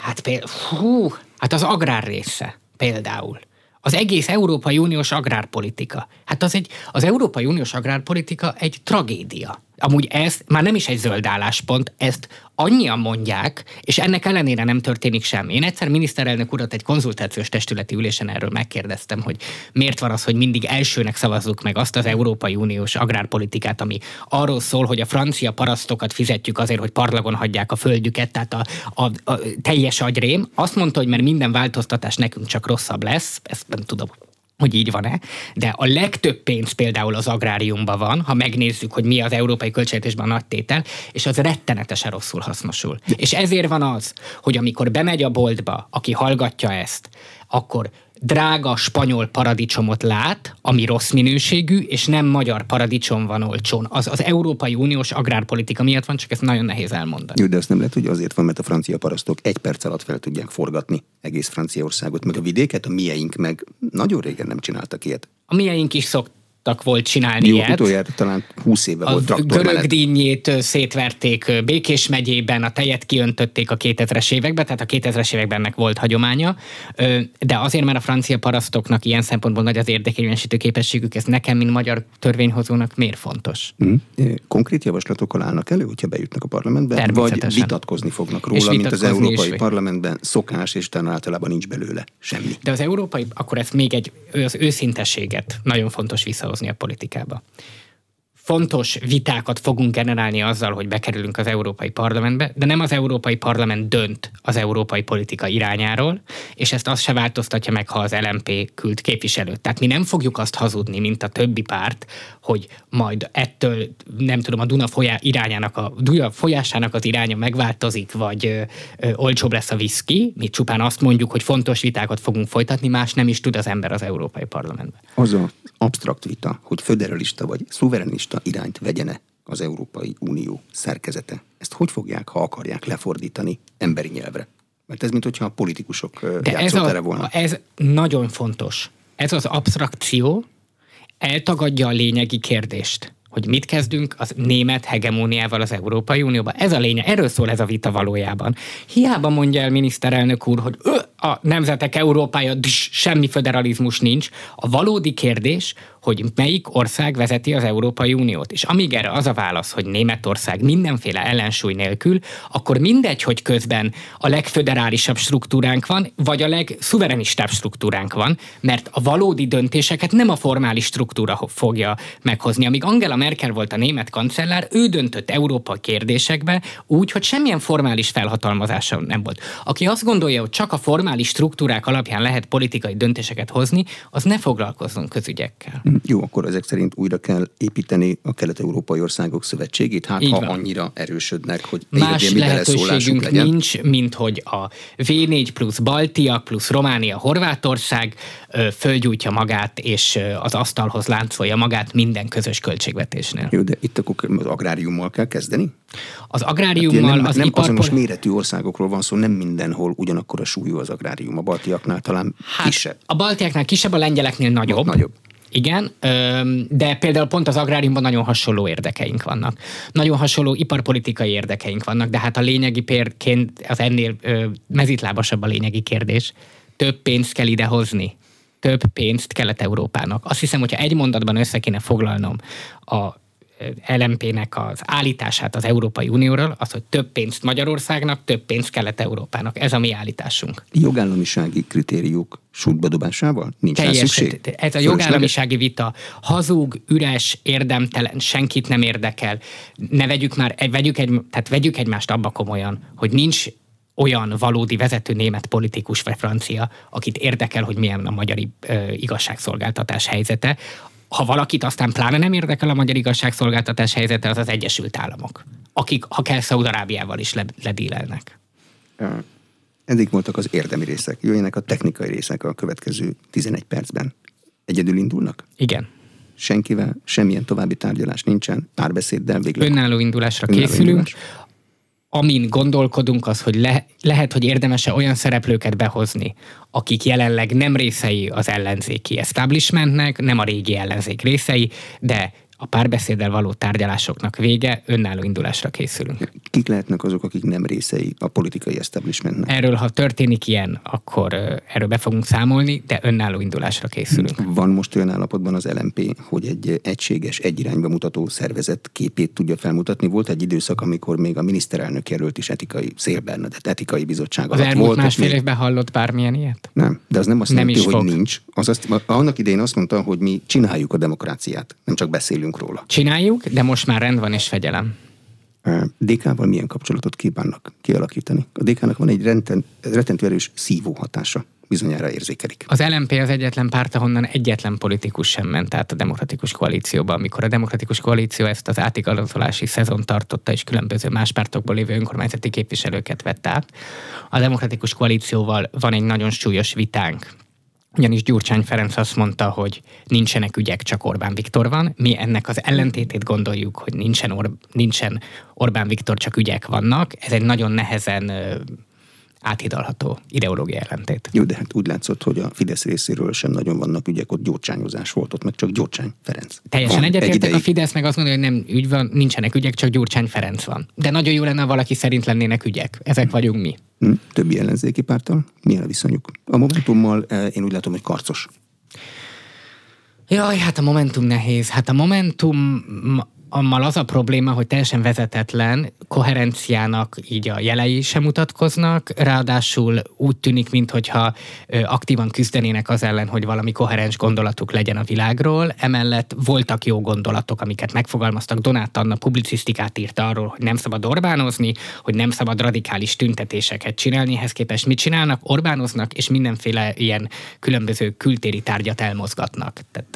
hát az agrár része például. Az egész Európai Uniós agrárpolitika. Hát az Európai Uniós agrárpolitika egy tragédia. Amúgy ez már nem is egy zöld álláspont, ezt annyian mondják, és ennek ellenére nem történik semmi. Én egyszer miniszterelnök urat egy konzultációs testületi ülésen erről megkérdeztem, hogy miért van az, hogy mindig elsőnek szavazzuk meg azt az Európai Uniós agrárpolitikát, ami arról szól, hogy a francia parasztokat fizetjük azért, hogy parlagon hagyják a földjüket, tehát a teljes agyrém. Azt mondta, hogy mert minden változtatás nekünk csak rosszabb lesz, ezt nem tudom hogy így van-e, de a legtöbb pénz például az agráriumban van, ha megnézzük, hogy mi az európai költségvetésben a nagy tétel, és az rettenetesen rosszul hasznosul. És ezért van az, hogy amikor bemegy a boltba, aki hallgatja ezt, akkor drága spanyol paradicsomot lát, ami rossz minőségű, és nem magyar paradicsom van olcsón. Az Európai Uniós agrárpolitika miatt van, csak ezt nagyon nehéz elmondani. Jó, de azt nem lehet, hogy azért van, mert a francia parasztok 1 perc alatt fel tudják forgatni egész Franciaországot, meg a vidéket, a mieink meg nagyon régen nem csináltak ilyet. A mieink is volt csinálni jó, ilyet. Utoljára talán 20 éve volt traktormenet. A görögdínyét szétverték Békés megyében, a tejet kiöntötték a 2000-es években, tehát a 2000-es években ennek volt hagyománya, de azért, mert a francia parasztoknak ilyen szempontból nagy az érdekérvényesítő képességük, ez nekem, mint magyar törvényhozónak miért fontos? Konkrét javaslatokkal állnak elő, hogyha bejutnak a parlamentbe, vagy vitatkozni fognak róla, mint az Európai Parlamentben szokás, és talán általában nincs belőle semmi. De az európai, akkor ez még az őszintességet nagyon fontos visszahozni a politikába. Fontos vitákat fogunk generálni azzal, hogy bekerülünk az Európai Parlamentbe, de nem az Európai Parlament dönt az európai politika irányáról, és ezt azt se változtatja meg, ha az LMP küld képviselőt. Tehát mi nem fogjuk azt hazudni, mint a többi párt, hogy majd ettől, nem tudom, a Duna folyásának az iránya megváltozik, vagy olcsóbb lesz a viszki. Mi csupán azt mondjuk, hogy fontos vitákat fogunk folytatni, más nem is tud az ember az Európai Parlamentben. Az az absztrakt vita, hogy föderalista vagy szuverenista irányt vegyene az Európai Unió szerkezete. Ezt hogy fogják, ha akarják lefordítani emberi nyelvre? Mert ez, mintha a politikusok játszótere volna. Ez nagyon fontos. Ez az absztrakció eltagadja a lényegi kérdést, hogy mit kezdünk az német hegemóniával az Európai Unióban. Ez a lényeg, erről szól ez a vita valójában. Hiába mondja el miniszterelnök úr, hogy a nemzetek Európája, semmi föderalizmus nincs. A valódi kérdés, hogy melyik ország vezeti az Európai Uniót. És amíg erre az a válasz, hogy Németország mindenféle ellensúly nélkül, akkor mindegy, hogy közben a legföderálisabb struktúránk van, vagy a legszuverenistább struktúránk van, mert a valódi döntéseket nem a formális struktúra fogja meghozni. Amíg Angela Merkel volt a német kancellár, ő döntött Európa kérdésekbe úgy, hogy semmilyen formális felhatalmazása nem volt. Aki azt gondolja, hogy csak a formális struktúrák alapján lehet politikai döntéseket hozni, az ne foglalkozzon közügyekkel. Jó, akkor ezek szerint újra kell építeni a kelet-európai országok szövetségét, hát ha annyira erősödnek, hogy más lehetőségünk nincs, mint hogy a V4 plusz Baltiak plusz Románia, Horvátország fölgyújtja magát, és az asztalhoz láncolja magát minden közös költségvetésnél. Jó, de itt akkor az agráriummal kell kezdeni? Az agráriummal, hát nem azonos méretű országokról van szó, nem mindenhol ugyanakkor a súlyú az agrárium. A baltiaknál talán kisebb. A baltiaknál kisebb, a lengyeleknél nagyobb. Igen, de például pont az agráriumban nagyon hasonló érdekeink vannak. Nagyon hasonló iparpolitikai érdekeink vannak, de hát a lényegi pérként az ennél mezitlábasabb a lényegi kérdés. Több pénzt kell idehozni. Több pénzt Kelet-Európának. Azt hiszem, hogyha egy mondatban össze kéne foglalnom a LMP-nek az állítását az Európai Unióról, az, hogy több pénzt Magyarországnak, több pénzt Kelet-Európának. Ez a mi állításunk. Jogállamisági kritériumok sútba dobásával? Nincs rá szükség? Ez a jogállamisági vita hazug, üres, érdemtelen, senkit nem érdekel. Ne vegyük egymást abba komolyan, hogy nincs olyan valódi vezető német politikus vagy francia, akit érdekel, hogy milyen a magyar igazságszolgáltatás helyzete. Ha valakit aztán pláne nem érdekel a magyar igazságszolgáltatás helyzete, az az Egyesült Államok, akik, ha kell, Szaúd-Arábiával is ledílelnek. Eddig voltak az érdemi részek. Jöjjenek a technikai részek a következő 11 percben. Egyedül indulnak? Igen. Senkivel, semmilyen további tárgyalás nincsen, párbeszéddel végleg. Önálló indulásra készülünk. Amin gondolkodunk az, hogy lehet, hogy érdemes-e olyan szereplőket behozni, akik jelenleg nem részei az ellenzéki establishmentnek, nem a régi ellenzék részei, de a párbeszéddel való tárgyalásoknak vége, önálló indulásra készülünk. Kik lehetnek azok, akik nem részei a politikai establishmentnek? Erről, ha történik ilyen, akkor erről be fogunk számolni, de önálló indulásra készülünk. Van most olyan állapotban az LMP, hogy egy egységes, egy irányba mutató szervezet képét tudja felmutatni? Volt egy időszak, amikor még a miniszterelnök jelölt is Széll Bernadett etikai bizottság alatt volt. Az elmúlt másfél évben hallott bármilyen ilyet? Nem, de az nem azt jelenti, hogy nincs. Annak idején azt mondta, hogy mi csináljuk a demokráciát, nem csak beszélünk róla. Csináljuk, de most már rend van és fegyelem. DK-val milyen kapcsolatot kívánnak kialakítani? A DK-nak van egy rettentő erős szívó hatása bizonyára érzékelik. Az LMP az egyetlen párt, ahonnan egyetlen politikus sem ment át a Demokratikus Koalícióba. Amikor a Demokratikus Koalíció ezt az átigazolási szezon tartotta, és különböző más pártokból lévő önkormányzati képviselőket vett át, a Demokratikus Koalícióval van egy nagyon súlyos vitánk. Ugyanis Gyurcsány Ferenc azt mondta, hogy nincsenek ügyek, csak Orbán Viktor van. Mi ennek az ellentétét gondoljuk, hogy nincsen Orbán Viktor, csak ügyek vannak. Ez egy nagyon nehezen áthidalható ideológia ellentét. Jó, de hát úgy látszott, hogy a Fidesz részéről sem nagyon vannak ügyek, ott gyurcsányozás volt, ott meg csak Gyurcsány Ferenc. Teljesen egyetértek, a Fidesz meg azt mondja, hogy nem ügy van, nincsenek ügyek, csak Gyurcsány Ferenc van. De nagyon jó lenne, ha valaki szerint lennének ügyek. Ezek vagyunk mi. Többi ellenzéki párttal milyen a viszonyuk? A Momentummal én úgy látom, hogy karcos. Jaj, hát a Momentum nehéz. Hát a Momentummal az a probléma, hogy teljesen vezetetlen, koherenciának így a jelei sem mutatkoznak, ráadásul úgy tűnik, minthogyha aktívan küzdenének az ellen, hogy valami koherens gondolatuk legyen a világról. Emellett voltak jó gondolatok, amiket megfogalmaztak. Donát Anna publicisztikát írta arról, hogy nem szabad Orbánozni, hogy nem szabad radikális tüntetéseket csinálni. Ehhez képest mit csinálnak? Orbánoznak, és mindenféle ilyen különböző kültéri tárgyat elmozgatnak. Tehát...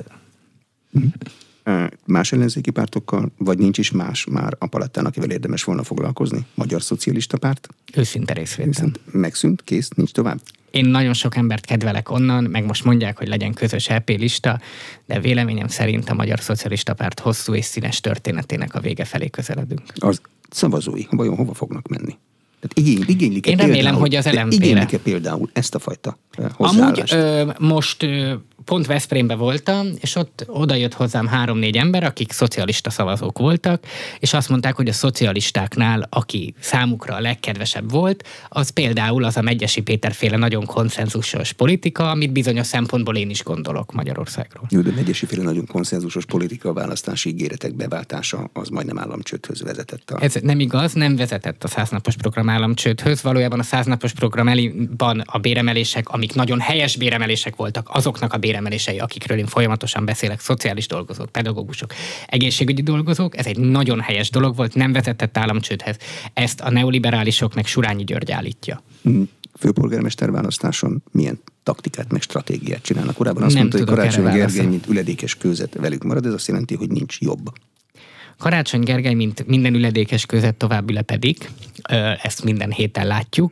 Más ellenzéki pártokkal, vagy nincs is más már a palettán, akivel érdemes volna foglalkozni? Magyar Szocialista Párt? Őszinte részvétel. Megszűnt, kész, nincs tovább? Én nagyon sok embert kedvelek onnan, meg most mondják, hogy legyen közös EP lista, de véleményem szerint a Magyar Szocialista Párt hosszú és színes történetének a vége felé közeledünk. Az szavazói vajon hova fognak menni? Tehát igénylik-e Én remélem, hogy az LMP-re. Igénylik-e például ezt a fajta hozzáállást? Amúgy most pont Veszprémbe voltam, és ott oda jött hozzám 3-4 ember, akik szocialista szavazók voltak, és azt mondták, hogy a szocialistáknál, aki számukra a legkedvesebb volt, az például az a Medgyessy Péter-féle nagyon konszenzusos politika, amit bizonyos szempontból én is gondolok Magyarországról. Jó, de Medgyessy féle nagyon konszenzusos politika, a választási ígéretek beváltása, az majdnem államcsődhöz vezetett. Ez nem igaz, nem vezetett a 100 napos program államcsődhöz. Valójában a 100 napos programban a béremelések, amik nagyon helyes béremelések voltak, azoknak a béremelései, akikről én folyamatosan beszélek, szociális dolgozók, pedagógusok, egészségügyi dolgozók, ez egy nagyon helyes dolog volt, nem vezetett államcsődhez. Ezt a neoliberálisok meg Surányi György állítja. Főpolgármester választáson milyen taktikát meg stratégiát csinálnak? Korábban azt mondta, hogy Karácsony Gergely, mint üledékes kőzet velük marad, ez azt jelenti, hogy nincs jobb. Karácsony Gergely, mint minden üledékes kőzet, tovább ülepedik. Ezt minden héten látjuk.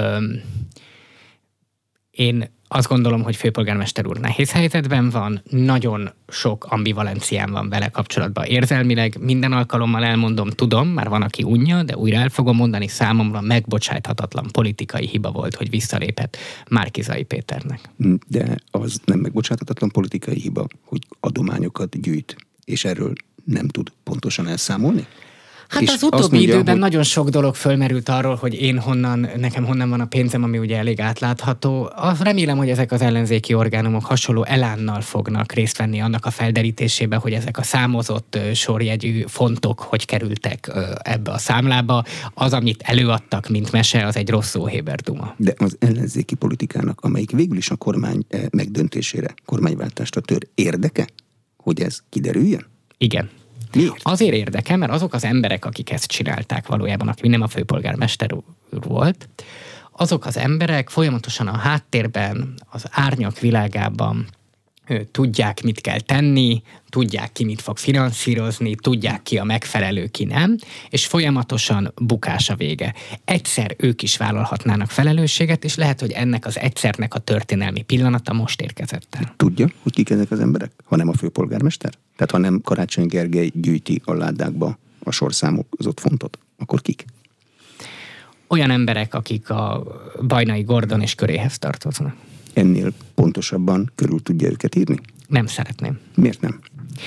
Én azt gondolom, hogy főpolgármester úr nehéz helyzetben van, nagyon sok ambivalencián van vele kapcsolatban érzelmileg. Minden alkalommal elmondom, tudom, már van, aki unja, de újra el fogom mondani, számomra megbocsáthatatlan politikai hiba volt, hogy visszalépett Márki-Zay Péternek. De az nem megbocsáthatatlan politikai hiba, hogy adományokat gyűjt, és erről nem tud pontosan elszámolni? Hát és az utóbbi időben nagyon sok dolog fölmerült arról, hogy nekem honnan van a pénzem, ami ugye elég átlátható. Azt remélem, hogy ezek az ellenzéki orgánumok hasonló elánnal fognak részt venni annak a felderítésébe, hogy ezek a számozott sorjegyű fontok hogy kerültek ebbe a számlába. Az, amit előadtak, mint mese, az egy rossz szóhéberduma. De az ellenzéki politikának, amelyik végül is a kormány megdöntésére, kormányváltásra tör, érdeke, hogy ez kiderüljön? Igen. Miért? Azért érdekel, mert azok az emberek, akik ezt csinálták valójában, aki nem a főpolgármester úr volt, azok az emberek folyamatosan a háttérben, az árnyak világában tudják, mit kell tenni, tudják ki, mit fog finanszírozni, tudják ki a megfelelő, ki nem, és folyamatosan bukás a vége. Egyszer ők is vállalhatnának felelősséget, és lehet, hogy ennek az egyszernek a történelmi pillanata most érkezett el. Tudja, hogy kik ezek az emberek? Ha nem a főpolgármester? Tehát ha nem Karácsony Gergely gyűjti a ládákba a sorszámozott fontot, akkor kik? Olyan emberek, akik a Bajnai Gordon és köréhez tartoznak. Ennél pontosabban körül tudja őket írni? Nem szeretném. Miért nem?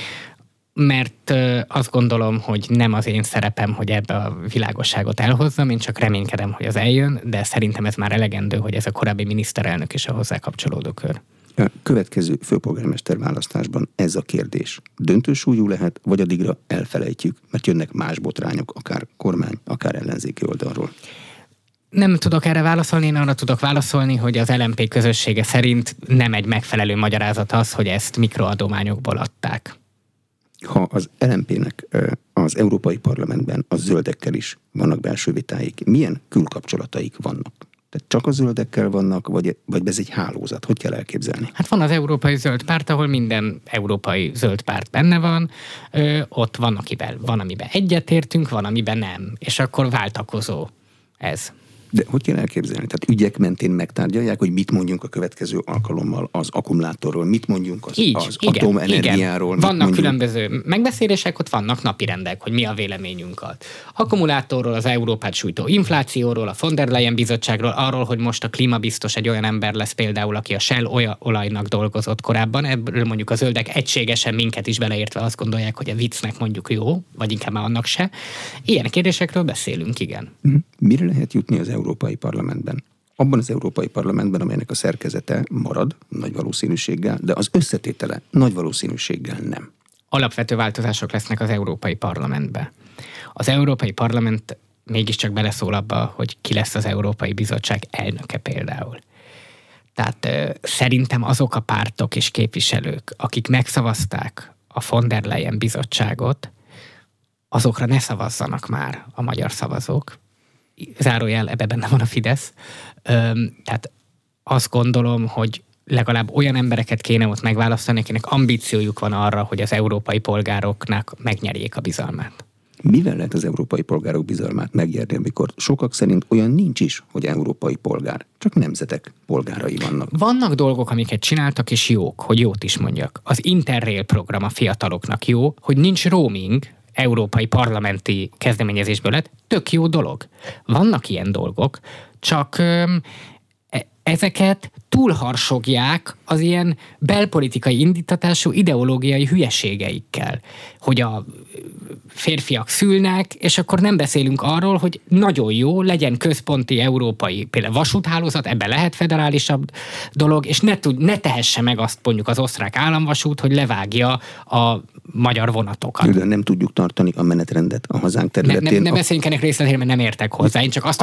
Mert azt gondolom, hogy nem az én szerepem, hogy ebbe a világosságot elhozzam, én csak reménykedem, hogy az eljön, de szerintem ez már elegendő, hogy ez a korábbi miniszterelnök és a hozzá kapcsolódó kör. A következő főpolgármester választásban ez a kérdés döntő súlyú lehet, vagy addigra elfelejtjük, mert jönnek más botrányok, akár kormány, akár ellenzéki oldalról. Nem tudok erre válaszolni, én arra tudok válaszolni, hogy az LMP közössége szerint nem egy megfelelő magyarázat az, hogy ezt mikroadományokból adták. Ha az LMP-nek az Európai Parlamentben a zöldekkel is vannak belső vitáik, milyen külkapcsolataik vannak? Tehát csak a zöldekkel vannak, vagy ez egy hálózat? Hogy kell elképzelni? Hát van az Európai Zöld Párt, ahol minden európai zöld párt benne van. Ott van amiben egyetértünk, van, amiben nem. És akkor váltakozó ez. De hogy kell elképzelni? Tehát ügyek mentén megtárgyalják, hogy mit mondjunk a következő alkalommal az akkumulátorról, mit mondjunk az atomenergiáról. Igen. Vannak különböző megbeszélések, ott vannak napirendek, hogy mi a véleményünk az akkumulátorról, az Európát sújtó inflációról, a von der Leyen bizottságról, arról, hogy most a klímabiztos egy olyan ember lesz például, aki a Shell olajnak dolgozott korábban. Ebből mondjuk a zöldek egységesen minket is beleértve azt gondolják, hogy a viccnek mondjuk jó, vagy inkább már annak se. Ilyen kérdésekről beszélünk, igen. Mire lehet jutni az Európai Parlamentben? Abban az Európai Parlamentben, amelynek a szerkezete marad nagy valószínűséggel, de az összetétele nagy valószínűséggel nem. Alapvető változások lesznek az Európai Parlamentben. Az Európai Parlament mégiscsak beleszól abba, hogy ki lesz az Európai Bizottság elnöke például. Tehát szerintem azok a pártok és képviselők, akik megszavazták a von der Leyen bizottságot, azokra ne szavazzanak már a magyar szavazók. Zárójel, ebben benne van a Fidesz. Tehát azt gondolom, hogy legalább olyan embereket kéne ott megválasztani, akinek ambíciójuk van arra, hogy az európai polgároknak megnyerjék a bizalmát. Mivel lehet az európai polgárok bizalmát megnyerni, amikor sokak szerint olyan nincs is, hogy európai polgár, csak nemzetek polgárai vannak? Vannak dolgok, amiket csináltak, és jók, hogy jót is mondjak. Az Interrail program a fiataloknak jó, hogy nincs roaming, európai parlamenti kezdeményezésből lett, tök jó dolog. Vannak ilyen dolgok, csak ezeket túlharsogják az ilyen belpolitikai indítatású ideológiai hülyeségeikkel, hogy a férfiak szülnek, és akkor nem beszélünk arról, hogy nagyon jó, legyen központi európai például vasúthálózat, ebben lehet federálisabb dolog, és ne tehesse meg azt mondjuk az osztrák államvasút, hogy levágja a magyar vonatokat. De nem tudjuk tartani a menetrendet a hazánk területén. Ne beszéljünk ennek részletére, mert nem értek hozzá. Én csak azt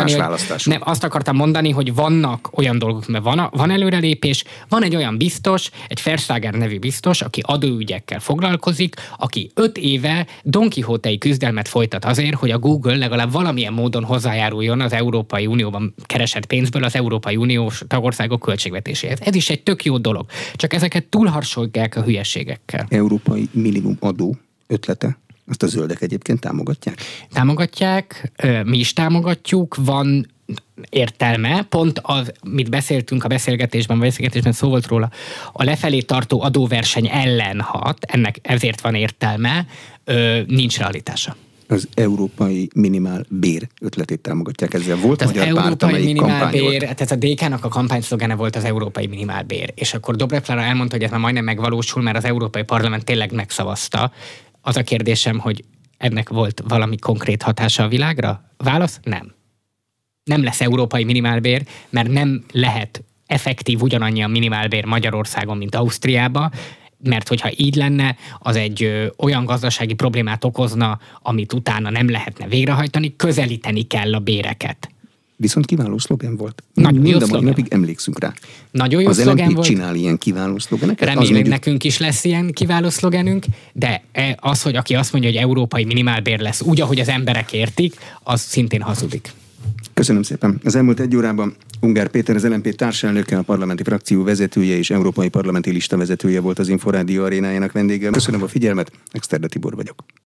akartam mondani, hogy vannak olyan dolgok, mert van előrelépés, van egy olyan biztos, egy Verstager nevű biztos, aki adóügyekkel foglalkozik, aki 5 éve Don Quixote-i küzdelmet folytat azért, hogy a Google legalább valamilyen módon hozzájáruljon az Európai Unióban keresett pénzből az Európai Uniós tagországok költségvetéséhez. Ez is egy tök jó dolog. Csak ezeket túlharsolják a hülyeségekkel. Európai minimum adó ötlete, azt a zöldek egyébként támogatják? Támogatják, mi is támogatjuk, van értelme, pont az, mit beszéltünk a beszélgetésben szó volt róla, a lefelé tartó adóverseny ellen hat, ennek ezért van értelme, nincs realitása. Az európai minimál bér ötletét támogatják ezzel. Volt magyar párt, amelyik kampányolt. Tehát ez a DK-nak a kampányszlogene volt az európai minimálbér. És akkor Dobrev Klára elmondta, hogy ez már majdnem megvalósul, mert az Európai Parlament tényleg megszavazta. Az a kérdésem, hogy ennek volt valami konkrét hatása a világra? Válasz? Nem. Nem lesz európai minimálbér, mert nem lehet effektív ugyanannyi a minimálbér Magyarországon, mint Ausztriában, mert hogyha így lenne, az egy olyan gazdasági problémát okozna, amit utána nem lehetne végrehajtani, közelíteni kell a béreket. Viszont kiváló szlogen volt. Nagyon jó szlogen. Napig emlékszünk rá. Nagyon jó az szlogen LNP volt. Csinál ilyen kiváló szlogeneket. Remélem, nekünk is lesz ilyen kiváló szlogenünk, de az, hogy aki azt mondja, hogy európai minimálbér lesz úgy, ahogy az emberek értik, az szintén hazudik. Köszönöm szépen. Az elmúlt 1 órában Ungár Péter, az LNP társelnöke, a parlamenti frakció vezetője és európai parlamenti lista vezetője volt az Inforádió arénájának vendége. Köszönöm a figyelmet, Exterde Tibor vagyok.